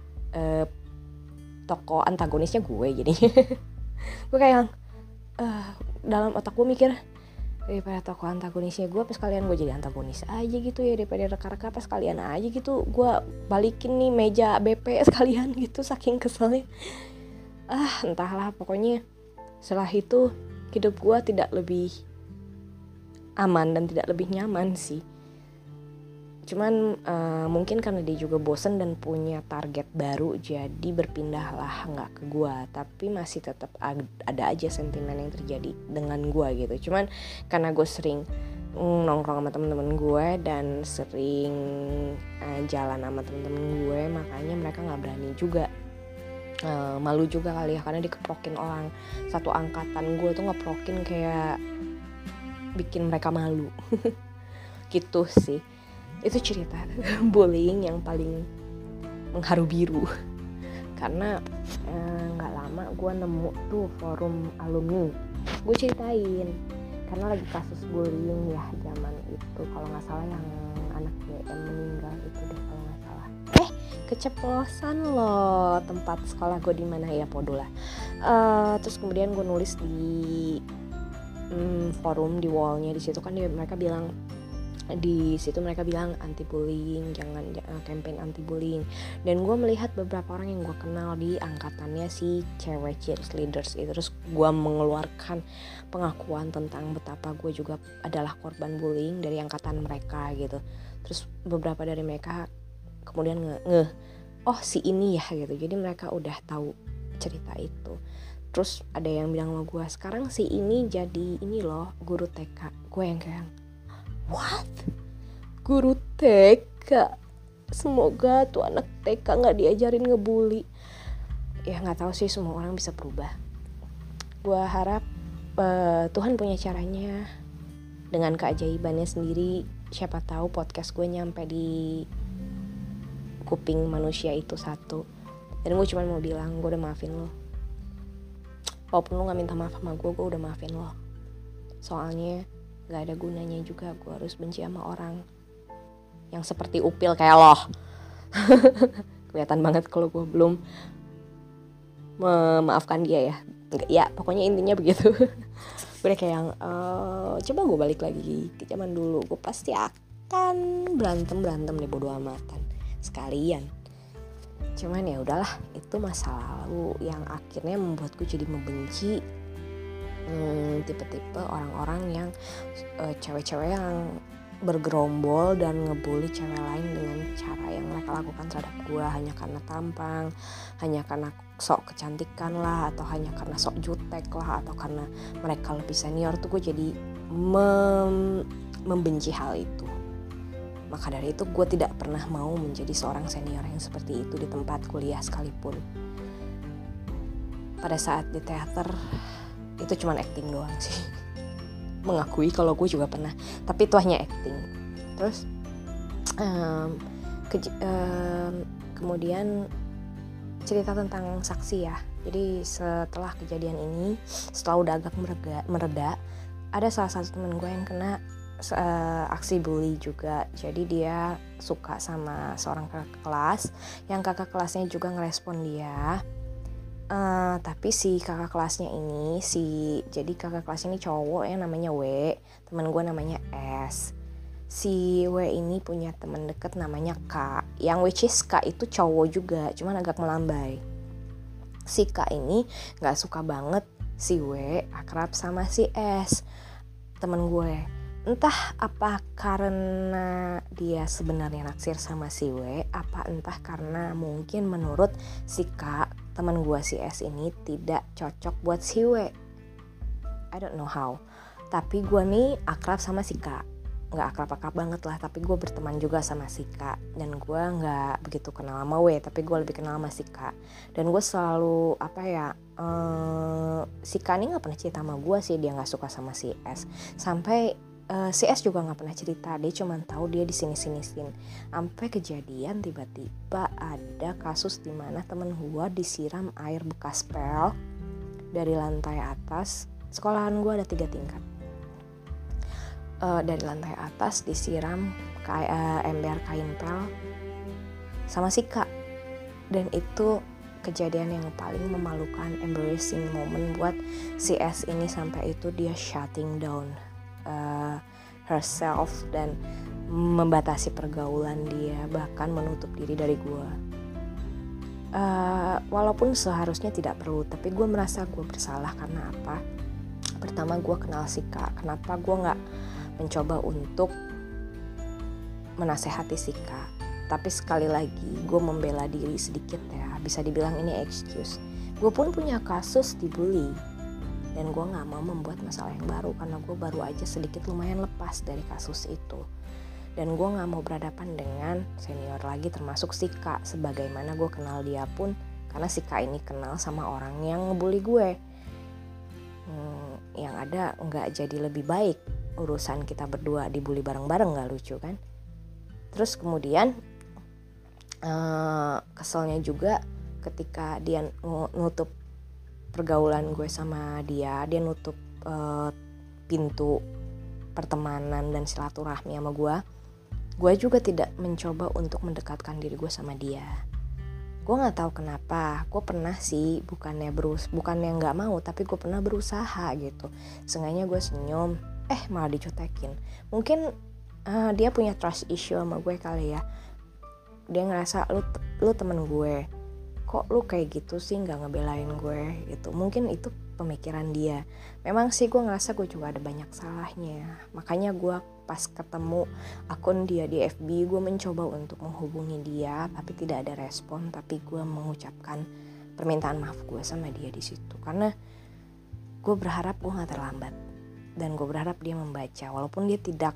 tokoh antagonisnya gue jadinya. Gue kayak dalam otak gue mikir, daripada tokoh antagonisnya gue, pas kalian gue jadi antagonis aja gitu ya, daripada reka-reka pas kalian aja gitu gue balikin nih meja BP sekalian gitu, saking keselnya. Entahlah, pokoknya setelah itu hidup gue tidak lebih aman dan tidak lebih nyaman sih. Cuman mungkin karena dia juga bosen dan punya target baru, jadi berpindahlah nggak ke gue. Tapi masih tetap ada aja sentimen yang terjadi dengan gue gitu. Cuman karena gue sering nongkrong sama temen-temen gue dan sering jalan sama temen-temen gue, makanya mereka nggak berani juga. Malu juga kali ya, karena dikeprokin orang satu angkatan gue tuh ngeprokin kayak bikin mereka malu. Gitu sih. Itu cerita bullying yang paling mengharu biru. Karena gak lama gue nemu tuh forum alumni, gue ceritain karena lagi kasus bullying ya zaman itu, kalau gak salah yang anak BM meninggal itu deh kalau gak salah. Keceplosan loh tempat sekolah gue di mana ya, podo lah. Terus kemudian gue nulis di forum, di wallnya di situ kan mereka bilang, di situ mereka bilang anti bullying, jangan campaign anti bullying. Dan gue melihat beberapa orang yang gue kenal di angkatannya si cewek cheerleaders itu, terus gue mengeluarkan pengakuan tentang betapa gue juga adalah korban bullying dari angkatan mereka gitu. Terus beberapa dari mereka kemudian oh si ini ya gitu, jadi mereka udah tahu cerita itu. Terus ada yang bilang sama gue, sekarang si ini jadi ini loh guru TK. Gue yang kayak, what? Guru TK? Semoga tuh anak TK gak diajarin ngebully. Ya gak tahu sih, semua orang bisa berubah. Gue harap Tuhan punya caranya dengan keajaibannya sendiri. Siapa tahu podcast gue nyampe di kuping manusia itu satu. Dan gue cuma mau bilang, gue udah maafin lo. Walaupun lo gak minta maaf sama gue udah maafin lo. Soalnya gak ada gunanya juga gue harus benci sama orang yang seperti upil kayak lo. Kelihatan banget kalau gue belum memaafkan dia ya. Ya pokoknya intinya begitu. Gue udah kayak yang coba gue balik lagi ke zaman dulu, gue pasti akan berantem deh, bodo amatan sekalian. Cuman ya udahlah, itu masa lalu yang akhirnya membuatku jadi membenci tipe-tipe orang-orang yang cewek-cewek yang bergerombol dan ngebully cewek lain dengan cara yang mereka lakukan terhadap gue hanya karena tampang, hanya karena sok kecantikan lah, atau hanya karena sok jutek lah, atau karena mereka lebih senior. Tuh gue jadi membenci hal itu. Maka dari itu gue tidak pernah mau menjadi seorang senior yang seperti itu di tempat kuliah sekalipun. Pada saat di teater itu cuma acting doang sih. Mengakui kalau gue juga pernah, tapi itu hanya acting. Terus kemudian cerita tentang saksi ya. Jadi setelah kejadian ini, setelah udah agak mereda, ada salah satu teman gue yang kena aksi bully juga. Jadi dia suka sama seorang kakak kelas, yang kakak kelasnya juga ngerespon dia. Tapi si kakak kelasnya ini, jadi kakak kelasnya ini cowok yang namanya W, teman gue namanya S. Si W ini punya teman deket namanya K, yang which is K itu cowok juga, cuman agak melambai. Si K ini gak suka banget si W akrab sama si S, teman gue. Entah apa karena dia sebenarnya naksir sama si W, apa entah karena mungkin menurut si K, teman gue si S ini tidak cocok buat si W. I don't know how. Tapi gue nih akrab sama si K. Gak akrab-akrab banget lah, tapi gue berteman juga sama si K. Dan gue gak begitu kenal sama W, tapi gue lebih kenal sama si K. Dan gue selalu si K ini gak pernah cerita sama gue sih dia gak suka sama si S. Sampai si S juga gak pernah cerita, dia cuma tahu dia di sini. Sampai kejadian tiba-tiba ada kasus di mana temen gue disiram air bekas pel dari lantai atas. Sekolahan gue ada 3 tingkat. Dari lantai atas disiram ember kain pel sama si K. Dan itu kejadian yang paling memalukan, embarrassing moment buat si S ini, sampai itu dia shutting down herself dan membatasi pergaulan dia, bahkan menutup diri dari gue. Walaupun seharusnya tidak perlu, tapi gue merasa gue bersalah. Karena apa? Pertama, gue kenal si K. Kenapa gue gak mencoba untuk menasehati Sika. Tapi sekali lagi gue membela diri sedikit ya, bisa dibilang ini excuse. Gue pun punya kasus dibully, dan gue gak mau membuat masalah yang baru karena gue baru aja sedikit lumayan lepas dari kasus itu. Dan gue gak mau berhadapan dengan senior lagi termasuk Sika, sebagaimana gue kenal dia pun karena Sika ini kenal sama orang yang ngebully gue. Yang ada gak jadi lebih baik urusan kita berdua dibully bareng-bareng, gak lucu kan. Terus kemudian keselnya juga ketika dia nutup pergaulan gue sama dia nutup pintu pertemanan dan silaturahmi sama gue juga tidak mencoba untuk mendekatkan diri gue sama dia. Gue nggak tahu kenapa, gue pernah sih bukannya nggak mau, tapi gue pernah berusaha gitu. Seenggaknya gue senyum, malah dicutekin. Mungkin dia punya trust issue sama gue kali ya. Dia ngerasa lu temen gue, kok lu kayak gitu sih nggak ngebelain gue gitu. Mungkin itu pemikiran dia. Memang sih gue ngerasa gue juga ada banyak salahnya. Makanya gue pas ketemu akun dia di FB, gue mencoba untuk menghubungi dia, tapi tidak ada respon. Tapi gue mengucapkan permintaan maaf gue sama dia di situ, karena gue berharap gue nggak terlambat, dan gue berharap dia membaca walaupun dia tidak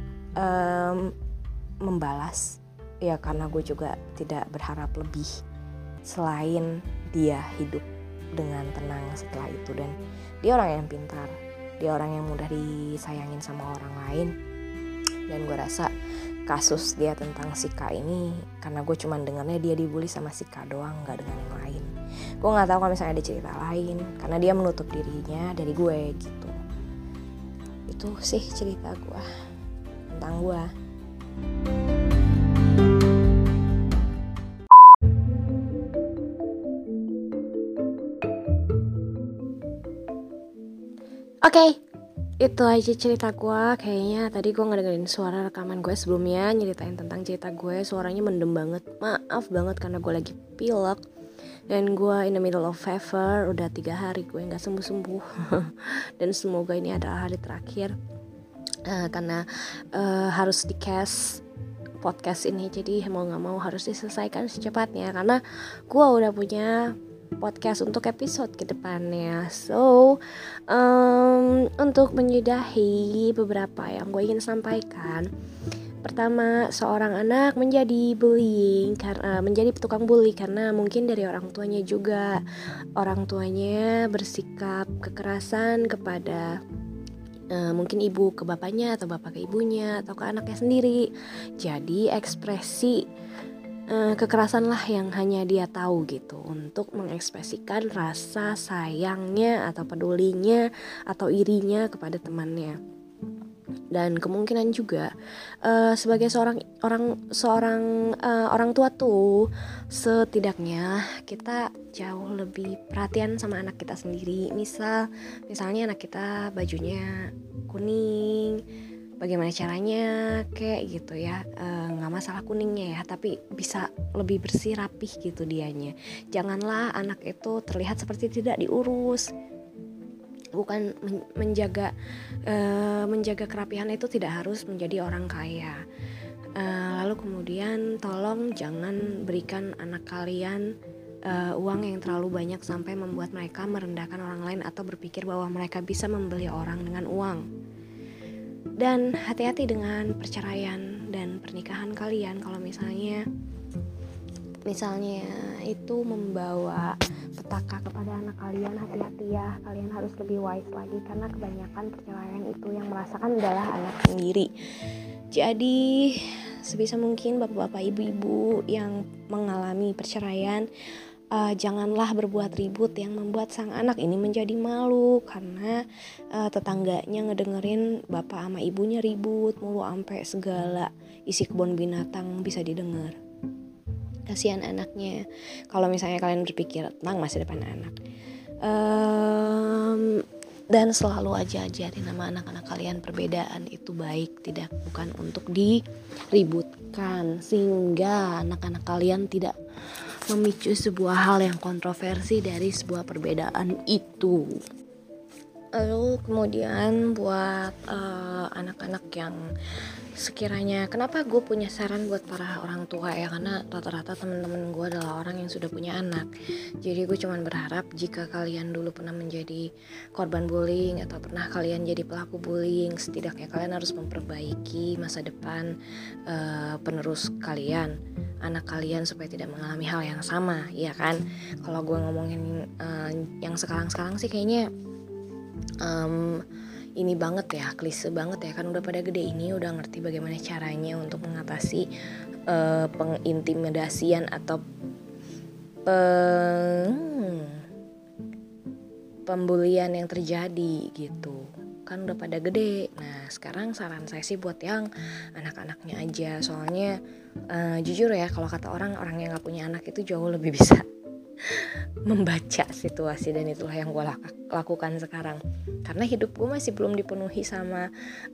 membalas ya, karena gue juga tidak berharap lebih selain dia hidup dengan tenang setelah itu. Dan dia orang yang pintar, dia orang yang mudah disayangin sama orang lain. Dan gue rasa kasus dia tentang Sika ini, karena gue cuma dengarnya dia dibully sama Sika doang, gak dengan yang lain. Gue gak tahu kalau misalnya ada cerita lain, karena dia menutup dirinya dari gue gitu. Itu sih cerita gue tentang gue. Oke, itu aja cerita gue. Kayaknya tadi gue ngedengerin suara rekaman gue sebelumnya, nyeritain tentang cerita gue. Suaranya mendem banget, maaf banget karena gue lagi pilek. Dan gue in the middle of fever, udah 3 hari gue gak sembuh-sembuh. Dan semoga ini adalah hari terakhir, karena harus di-cast podcast ini. Jadi mau gak mau harus diselesaikan secepatnya, karena gue udah punya podcast untuk episode kedepannya. So untuk menyudahi beberapa yang gue ingin sampaikan, pertama, seorang anak menjadi tukang bully karena mungkin dari orang tuanya juga. Orang tuanya bersikap kekerasan kepada mungkin ibu ke bapaknya, atau bapak ke ibunya, atau ke anaknya sendiri. Jadi ekspresi kekerasanlah yang hanya dia tahu gitu, untuk mengekspresikan rasa sayangnya atau pedulinya atau irinya kepada temannya. Dan kemungkinan juga sebagai orang tua tuh, setidaknya kita jauh lebih perhatian sama anak kita sendiri. Misalnya anak kita bajunya kuning, bagaimana caranya kayak gitu ya, nggak masalah kuningnya ya, tapi bisa lebih bersih rapih gitu dianya. Janganlah anak itu terlihat seperti tidak diurus. Bukan menjaga kerapihan itu tidak harus menjadi orang kaya. Lalu kemudian tolong jangan berikan anak kalian uang yang terlalu banyak sampai membuat mereka merendahkan orang lain atau berpikir bahwa mereka bisa membeli orang dengan uang. Dan hati-hati dengan perceraian dan pernikahan kalian. Kalau misalnya itu membawa petaka kepada anak kalian, hati-hati ya, kalian harus lebih wise lagi, karena kebanyakan perceraian itu yang merasakan adalah anak sendiri. Jadi sebisa mungkin bapak-bapak, ibu-ibu yang mengalami perceraian, janganlah berbuat ribut yang membuat sang anak ini menjadi malu, karena tetangganya ngedengerin bapak sama ibunya ribut mulu sampai segala isi kebun binatang bisa didengar. Kasihan anaknya. Kalau misalnya kalian berpikir tentang masa depan anak, dan selalu ajarin sama anak-anak kalian, perbedaan itu baik, bukan untuk diributkan, sehingga anak-anak kalian tidak memicu sebuah hal yang kontroversi dari sebuah perbedaan itu. Lalu kemudian buat anak-anak yang sekiranya kenapa gue punya saran buat para orang tua ya, karena rata-rata temen-temen gue adalah orang yang sudah punya anak. Jadi gue cuman berharap jika kalian dulu pernah menjadi korban bullying atau pernah kalian jadi pelaku bullying, setidaknya kalian harus memperbaiki masa depan penerus kalian, anak kalian, supaya tidak mengalami hal yang sama, ya kan? Kalau gue ngomongin yang sekarang-sekarang sih kayaknya ini banget ya, klise banget ya, kan udah pada gede ini, udah ngerti bagaimana caranya untuk mengatasi pengintimidasian atau pembulian yang terjadi gitu. Kan udah pada gede. Nah sekarang saran saya sih buat yang anak-anaknya aja. Soalnya jujur ya, kalau kata orang yang gak punya anak itu jauh lebih bisa membaca situasi, dan itulah yang gue lakukan sekarang. Karena hidup gue masih belum dipenuhi sama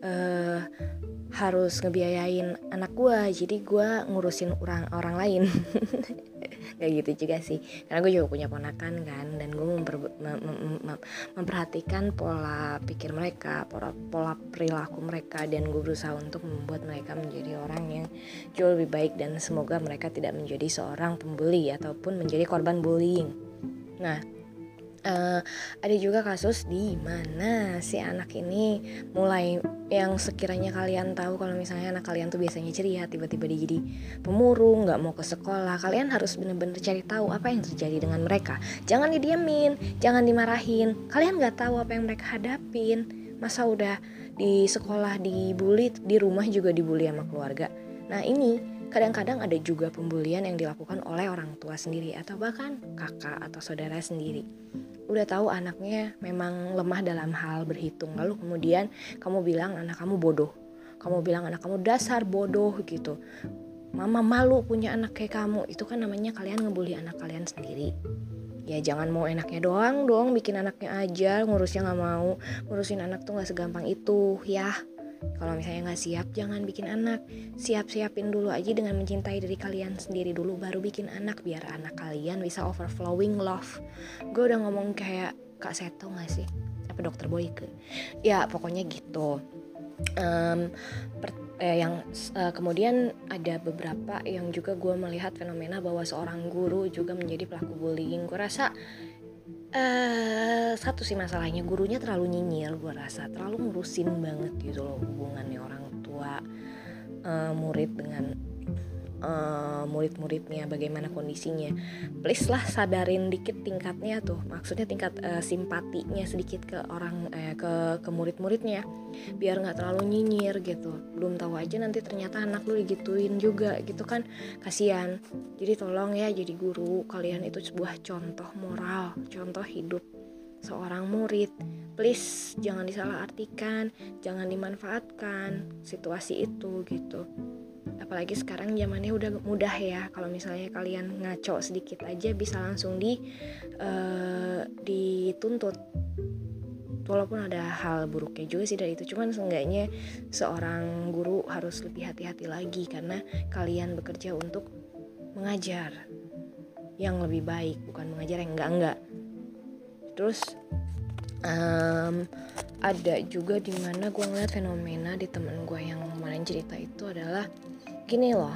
harus ngebiayain anak gue, jadi gue ngurusin orang lain. Kayak gitu juga sih, karena gue juga punya ponakan kan, dan gue memperhatikan pola pikir mereka, pola perilaku mereka, dan gue berusaha untuk membuat mereka menjadi orang yang jauh lebih baik, dan semoga mereka tidak menjadi seorang pembuli ataupun menjadi korban bullying. Nah ada juga kasus di mana si anak ini mulai, yang sekiranya kalian tahu kalau misalnya anak kalian tuh biasanya ceria, tiba-tiba dia jadi pemurung, nggak mau ke sekolah, kalian harus benar-benar cari tahu apa yang terjadi dengan mereka. Jangan didiamin, jangan dimarahin. Kalian nggak tahu apa yang mereka hadapin. Masa udah di sekolah dibully, di rumah juga dibully sama keluarga. Nah ini kadang-kadang ada juga pembulian yang dilakukan oleh orang tua sendiri atau bahkan kakak atau saudara sendiri. Udah tahu anaknya memang lemah dalam hal berhitung, lalu kemudian kamu bilang anak kamu bodoh, kamu bilang anak kamu dasar bodoh gitu, mama malu punya anak kayak kamu. Itu kan namanya kalian ngebully anak kalian sendiri. Ya jangan mau enaknya doang dong, bikin anaknya aja, ngurusnya gak mau. Ngurusin anak tuh gak segampang itu ya. Kalau misalnya gak siap, jangan bikin anak. Siapin dulu aja dengan mencintai diri kalian sendiri dulu, baru bikin anak, biar anak kalian bisa overflowing love. Gue udah ngomong kayak Kak Seto gak sih? Apa Dokter Boyke? Ya pokoknya gitu. Kemudian ada beberapa yang juga gue melihat fenomena bahwa seorang guru juga menjadi pelaku bullying. Gue rasa satu sih masalahnya, gurunya terlalu nyinyir, gue rasa terlalu ngurusin banget gitu loh hubungannya orang tua murid dengan murid-muridnya, bagaimana kondisinya. Please lah sadarin dikit tingkatnya tuh, maksudnya tingkat simpatinya sedikit ke orang ke murid-muridnya, biar nggak terlalu nyinyir gitu. Belum tahu aja nanti ternyata anak lu digituin juga gitu kan, kasihan. Jadi tolong ya, jadi guru kalian itu sebuah contoh moral, contoh hidup seorang murid. Please jangan disalahartikan, jangan dimanfaatkan situasi itu gitu. Apalagi sekarang zamannya udah mudah ya, kalau misalnya kalian ngaco sedikit aja bisa langsung dituntut. Walaupun ada hal buruknya juga sih dari itu, cuman seenggaknya seorang guru harus lebih hati-hati lagi, karena kalian bekerja untuk mengajar yang lebih baik, bukan mengajar yang enggak. Terus ada juga dimana gue ngeliat fenomena di temen gue yang kemarin cerita itu adalah gini loh,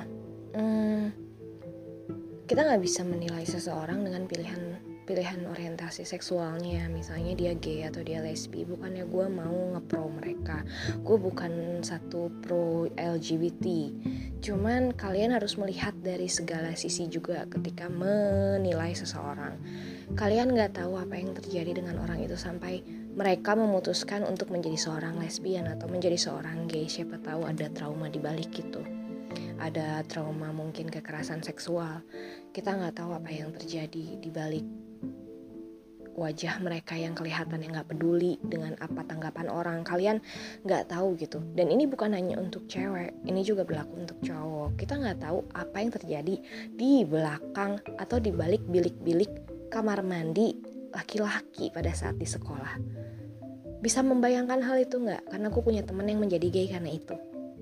kita nggak bisa menilai seseorang dengan pilihan orientasi seksualnya. Misalnya dia gay atau dia lesbi, bukannya gue mau ngepro mereka, gue bukan satu pro LGBT, cuman kalian harus melihat dari segala sisi juga ketika menilai seseorang. Kalian nggak tahu apa yang terjadi dengan orang itu sampai mereka memutuskan untuk menjadi seorang lesbian atau menjadi seorang gay. Siapa tahu ada trauma di balik itu, ada trauma mungkin kekerasan seksual. Kita nggak tahu apa yang terjadi di balik wajah mereka yang kelihatan yang nggak peduli dengan apa tanggapan orang. Kalian nggak tahu gitu. Dan ini bukan hanya untuk cewek, ini juga berlaku untuk cowok. Kita nggak tahu apa yang terjadi di belakang atau di balik bilik-bilik kamar mandi laki-laki pada saat di sekolah. Bisa membayangkan hal itu nggak? Karena aku punya teman yang menjadi gay karena itu.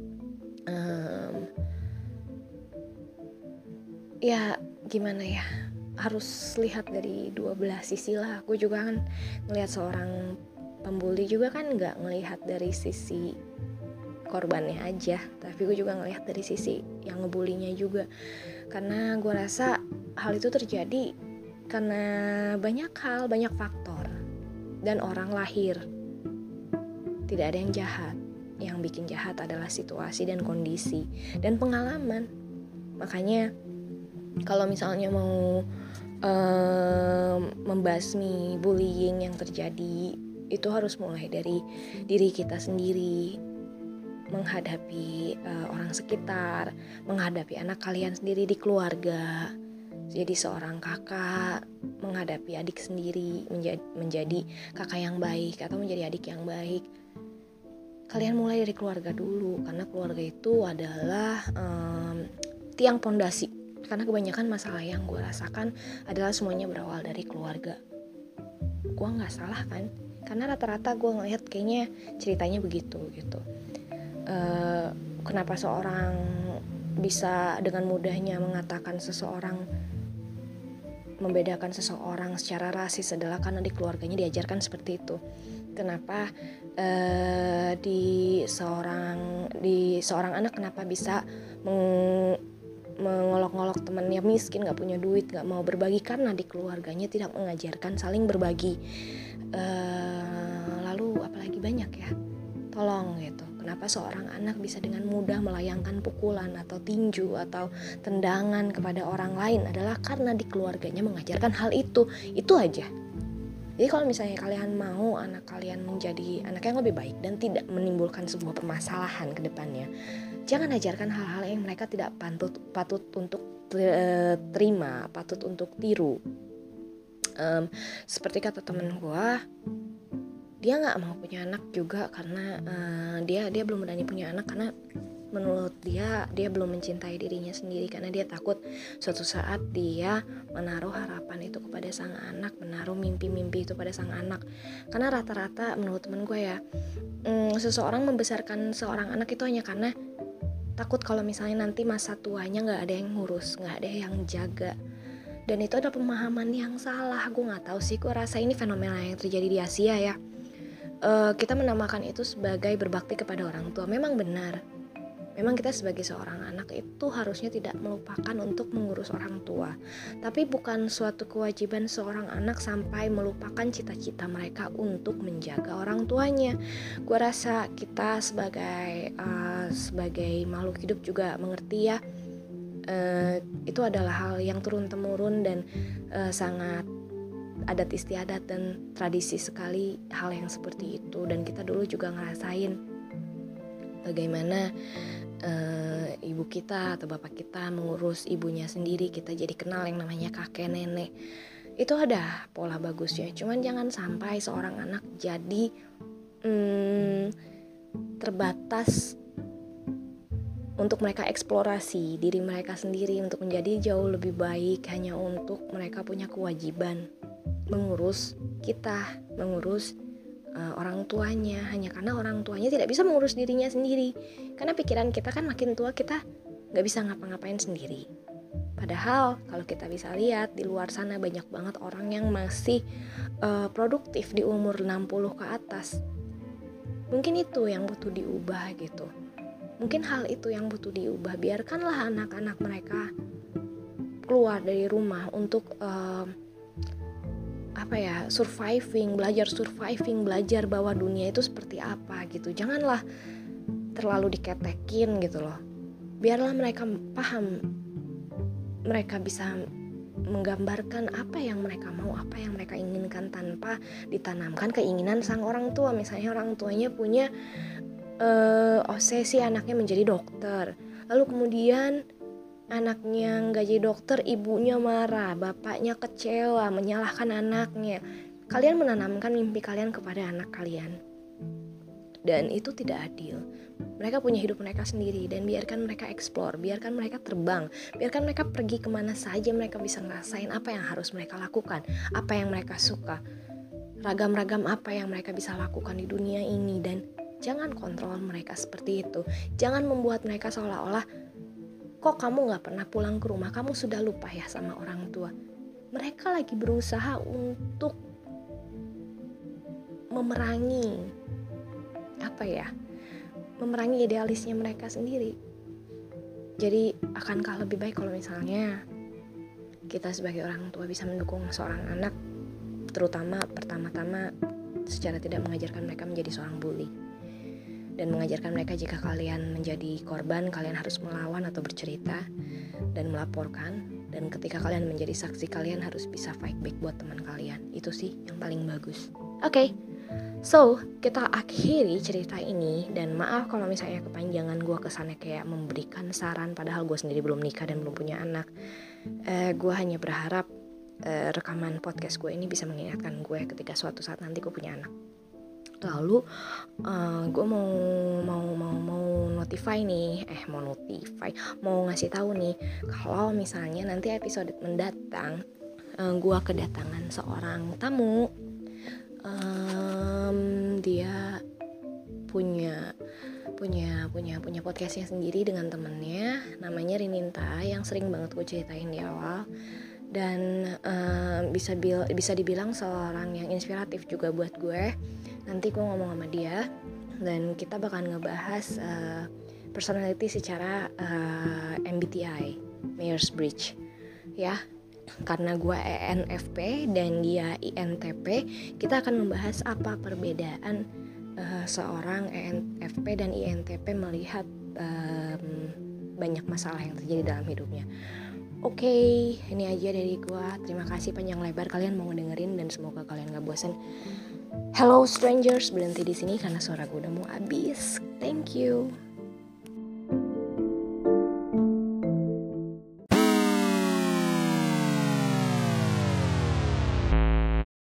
Ya gimana ya, harus lihat dari dua belah sisi lah. Aku juga kan ngelihat seorang pembuli juga kan nggak ngelihat dari sisi korbannya aja, tapi gue juga ngelihat dari sisi yang ngebulinya juga. Karena gue rasa hal itu terjadi karena banyak hal, banyak faktor. Dan orang lahir, tidak ada yang jahat. Yang bikin jahat adalah situasi dan kondisi dan pengalaman. Makanya kalau misalnya mau membasmi bullying yang terjadi, itu harus mulai dari diri kita sendiri, menghadapi orang sekitar, menghadapi anak kalian sendiri di keluarga. Jadi seorang kakak menghadapi adik sendiri, menjadi kakak yang baik atau menjadi adik yang baik. Kalian mulai dari keluarga dulu, karena keluarga itu adalah tiang pondasi. Karena kebanyakan masalah yang gue rasakan adalah semuanya berawal dari keluarga. Gue gak salah kan? Karena rata-rata gue ngeliat kayaknya ceritanya begitu gitu. Kenapa seorang bisa dengan mudahnya mengatakan seseorang, membedakan seseorang secara rasis adalah karena di keluarganya diajarkan seperti itu. Kenapa di seorang anak kenapa bisa mengolok-ngolok temannya miskin, gak punya duit, gak mau berbagi, karena di keluarganya tidak mengajarkan saling berbagi. Lalu apalagi banyak ya, tolong gitu. Kenapa seorang anak bisa dengan mudah melayangkan pukulan atau tinju atau tendangan kepada orang lain adalah karena di keluarganya mengajarkan hal itu aja. Jadi kalau misalnya kalian mau anak kalian menjadi anak yang lebih baik dan tidak menimbulkan sebuah permasalahan ke depannya, jangan ajarkan hal-hal yang mereka tidak patut untuk terima, patut untuk tiru. Seperti kata temen gue, dia nggak mau punya anak juga karena dia belum berani punya anak karena menurut dia belum mencintai dirinya sendiri, karena dia takut suatu saat dia menaruh harapan itu kepada sang anak, menaruh mimpi-mimpi itu pada sang anak. Karena rata-rata menurut temen gue ya, seseorang membesarkan seorang anak itu hanya karena takut kalau misalnya nanti masa tuanya nggak ada yang ngurus, nggak ada yang jaga. Dan itu ada pemahaman yang salah. Gue nggak tahu sih, gue rasa ini fenomena yang terjadi di Asia ya. Kita menamakan itu sebagai berbakti kepada orang tua. Memang benar, memang kita sebagai seorang anak itu harusnya tidak melupakan untuk mengurus orang tua. Tapi bukan suatu kewajiban seorang anak sampai melupakan cita-cita mereka untuk menjaga orang tuanya. Gue rasa kita sebagai makhluk hidup juga mengerti ya, itu adalah hal yang turun-temurun dan sangat adat istiadat dan tradisi sekali hal yang seperti itu. Dan kita dulu juga ngerasain bagaimana ibu kita atau bapak kita mengurus ibunya sendiri. Kita jadi kenal yang namanya kakek nenek. Itu ada pola bagusnya. Cuman jangan sampai seorang anak jadi terbatas untuk mereka eksplorasi diri mereka sendiri untuk menjadi jauh lebih baik hanya untuk mereka punya kewajiban mengurus kita, mengurus orang tuanya, hanya karena orang tuanya tidak bisa mengurus dirinya sendiri. Karena pikiran kita kan makin tua kita gak bisa ngapa-ngapain sendiri. Padahal kalau kita bisa lihat di luar sana banyak banget orang yang masih produktif di umur 60 ke atas. Mungkin itu yang butuh diubah gitu. Mungkin hal itu yang butuh diubah. Biarkanlah anak-anak mereka keluar dari rumah untuk belajar bahwa dunia itu seperti apa gitu. Janganlah terlalu diketekin gitu loh. Biarlah mereka paham, mereka bisa menggambarkan apa yang mereka mau, apa yang mereka inginkan tanpa ditanamkan keinginan sang orang tua. Misalnya orang tuanya punya obsesi anaknya menjadi dokter, lalu kemudian anaknya nggak jadi dokter, ibunya marah, bapaknya kecewa, menyalahkan anaknya. Kalian menanamkan mimpi kalian kepada anak kalian, dan itu tidak adil. Mereka punya hidup mereka sendiri, dan biarkan mereka explore, biarkan mereka terbang, biarkan mereka pergi kemana saja. Mereka bisa ngerasain apa yang harus mereka lakukan, apa yang mereka suka, ragam-ragam apa yang mereka bisa lakukan di dunia ini. Dan jangan kontrol mereka seperti itu. Jangan membuat mereka seolah-olah, kok kamu gak pernah pulang ke rumah, kamu sudah lupa ya sama orang tua. Mereka lagi berusaha untuk memerangi memerangi idealisnya mereka sendiri. Jadi akankah lebih baik kalau misalnya kita sebagai orang tua bisa mendukung seorang anak, terutama pertama-tama secara tidak mengajarkan mereka menjadi seorang bully, dan mengajarkan mereka jika kalian menjadi korban, kalian harus melawan atau bercerita dan melaporkan, dan ketika kalian menjadi saksi, kalian harus bisa fight back buat teman kalian. Itu sih yang paling bagus. Oke. So, kita akhiri cerita ini, dan maaf kalau misalnya kepanjangan gue kesannya kayak memberikan saran padahal gue sendiri belum nikah dan belum punya anak. Gue hanya berharap rekaman podcast gue ini bisa mengingatkan gue ketika suatu saat nanti gue punya anak. Lalu gue mau notify nih, mau ngasih tahu nih kalau misalnya nanti episode mendatang gue kedatangan seorang tamu. Dia punya podcastnya sendiri dengan temennya, namanya Rininta, yang sering banget gue ceritain di awal, dan bisa dibilang seorang yang inspiratif juga buat gue. Nanti gue ngomong sama dia dan kita bakal ngebahas personality secara MBTI, Myers-Briggs ya. Karena gue ENFP dan dia INTP, kita akan membahas apa perbedaan seorang ENFP dan INTP melihat banyak masalah yang terjadi dalam hidupnya. Oke, ini aja dari gue. Terima kasih panjang lebar kalian mau dengerin dan semoga kalian gak bosan. Hello strangers, berhenti di sini karena suara gue udah mau habis. Thank you.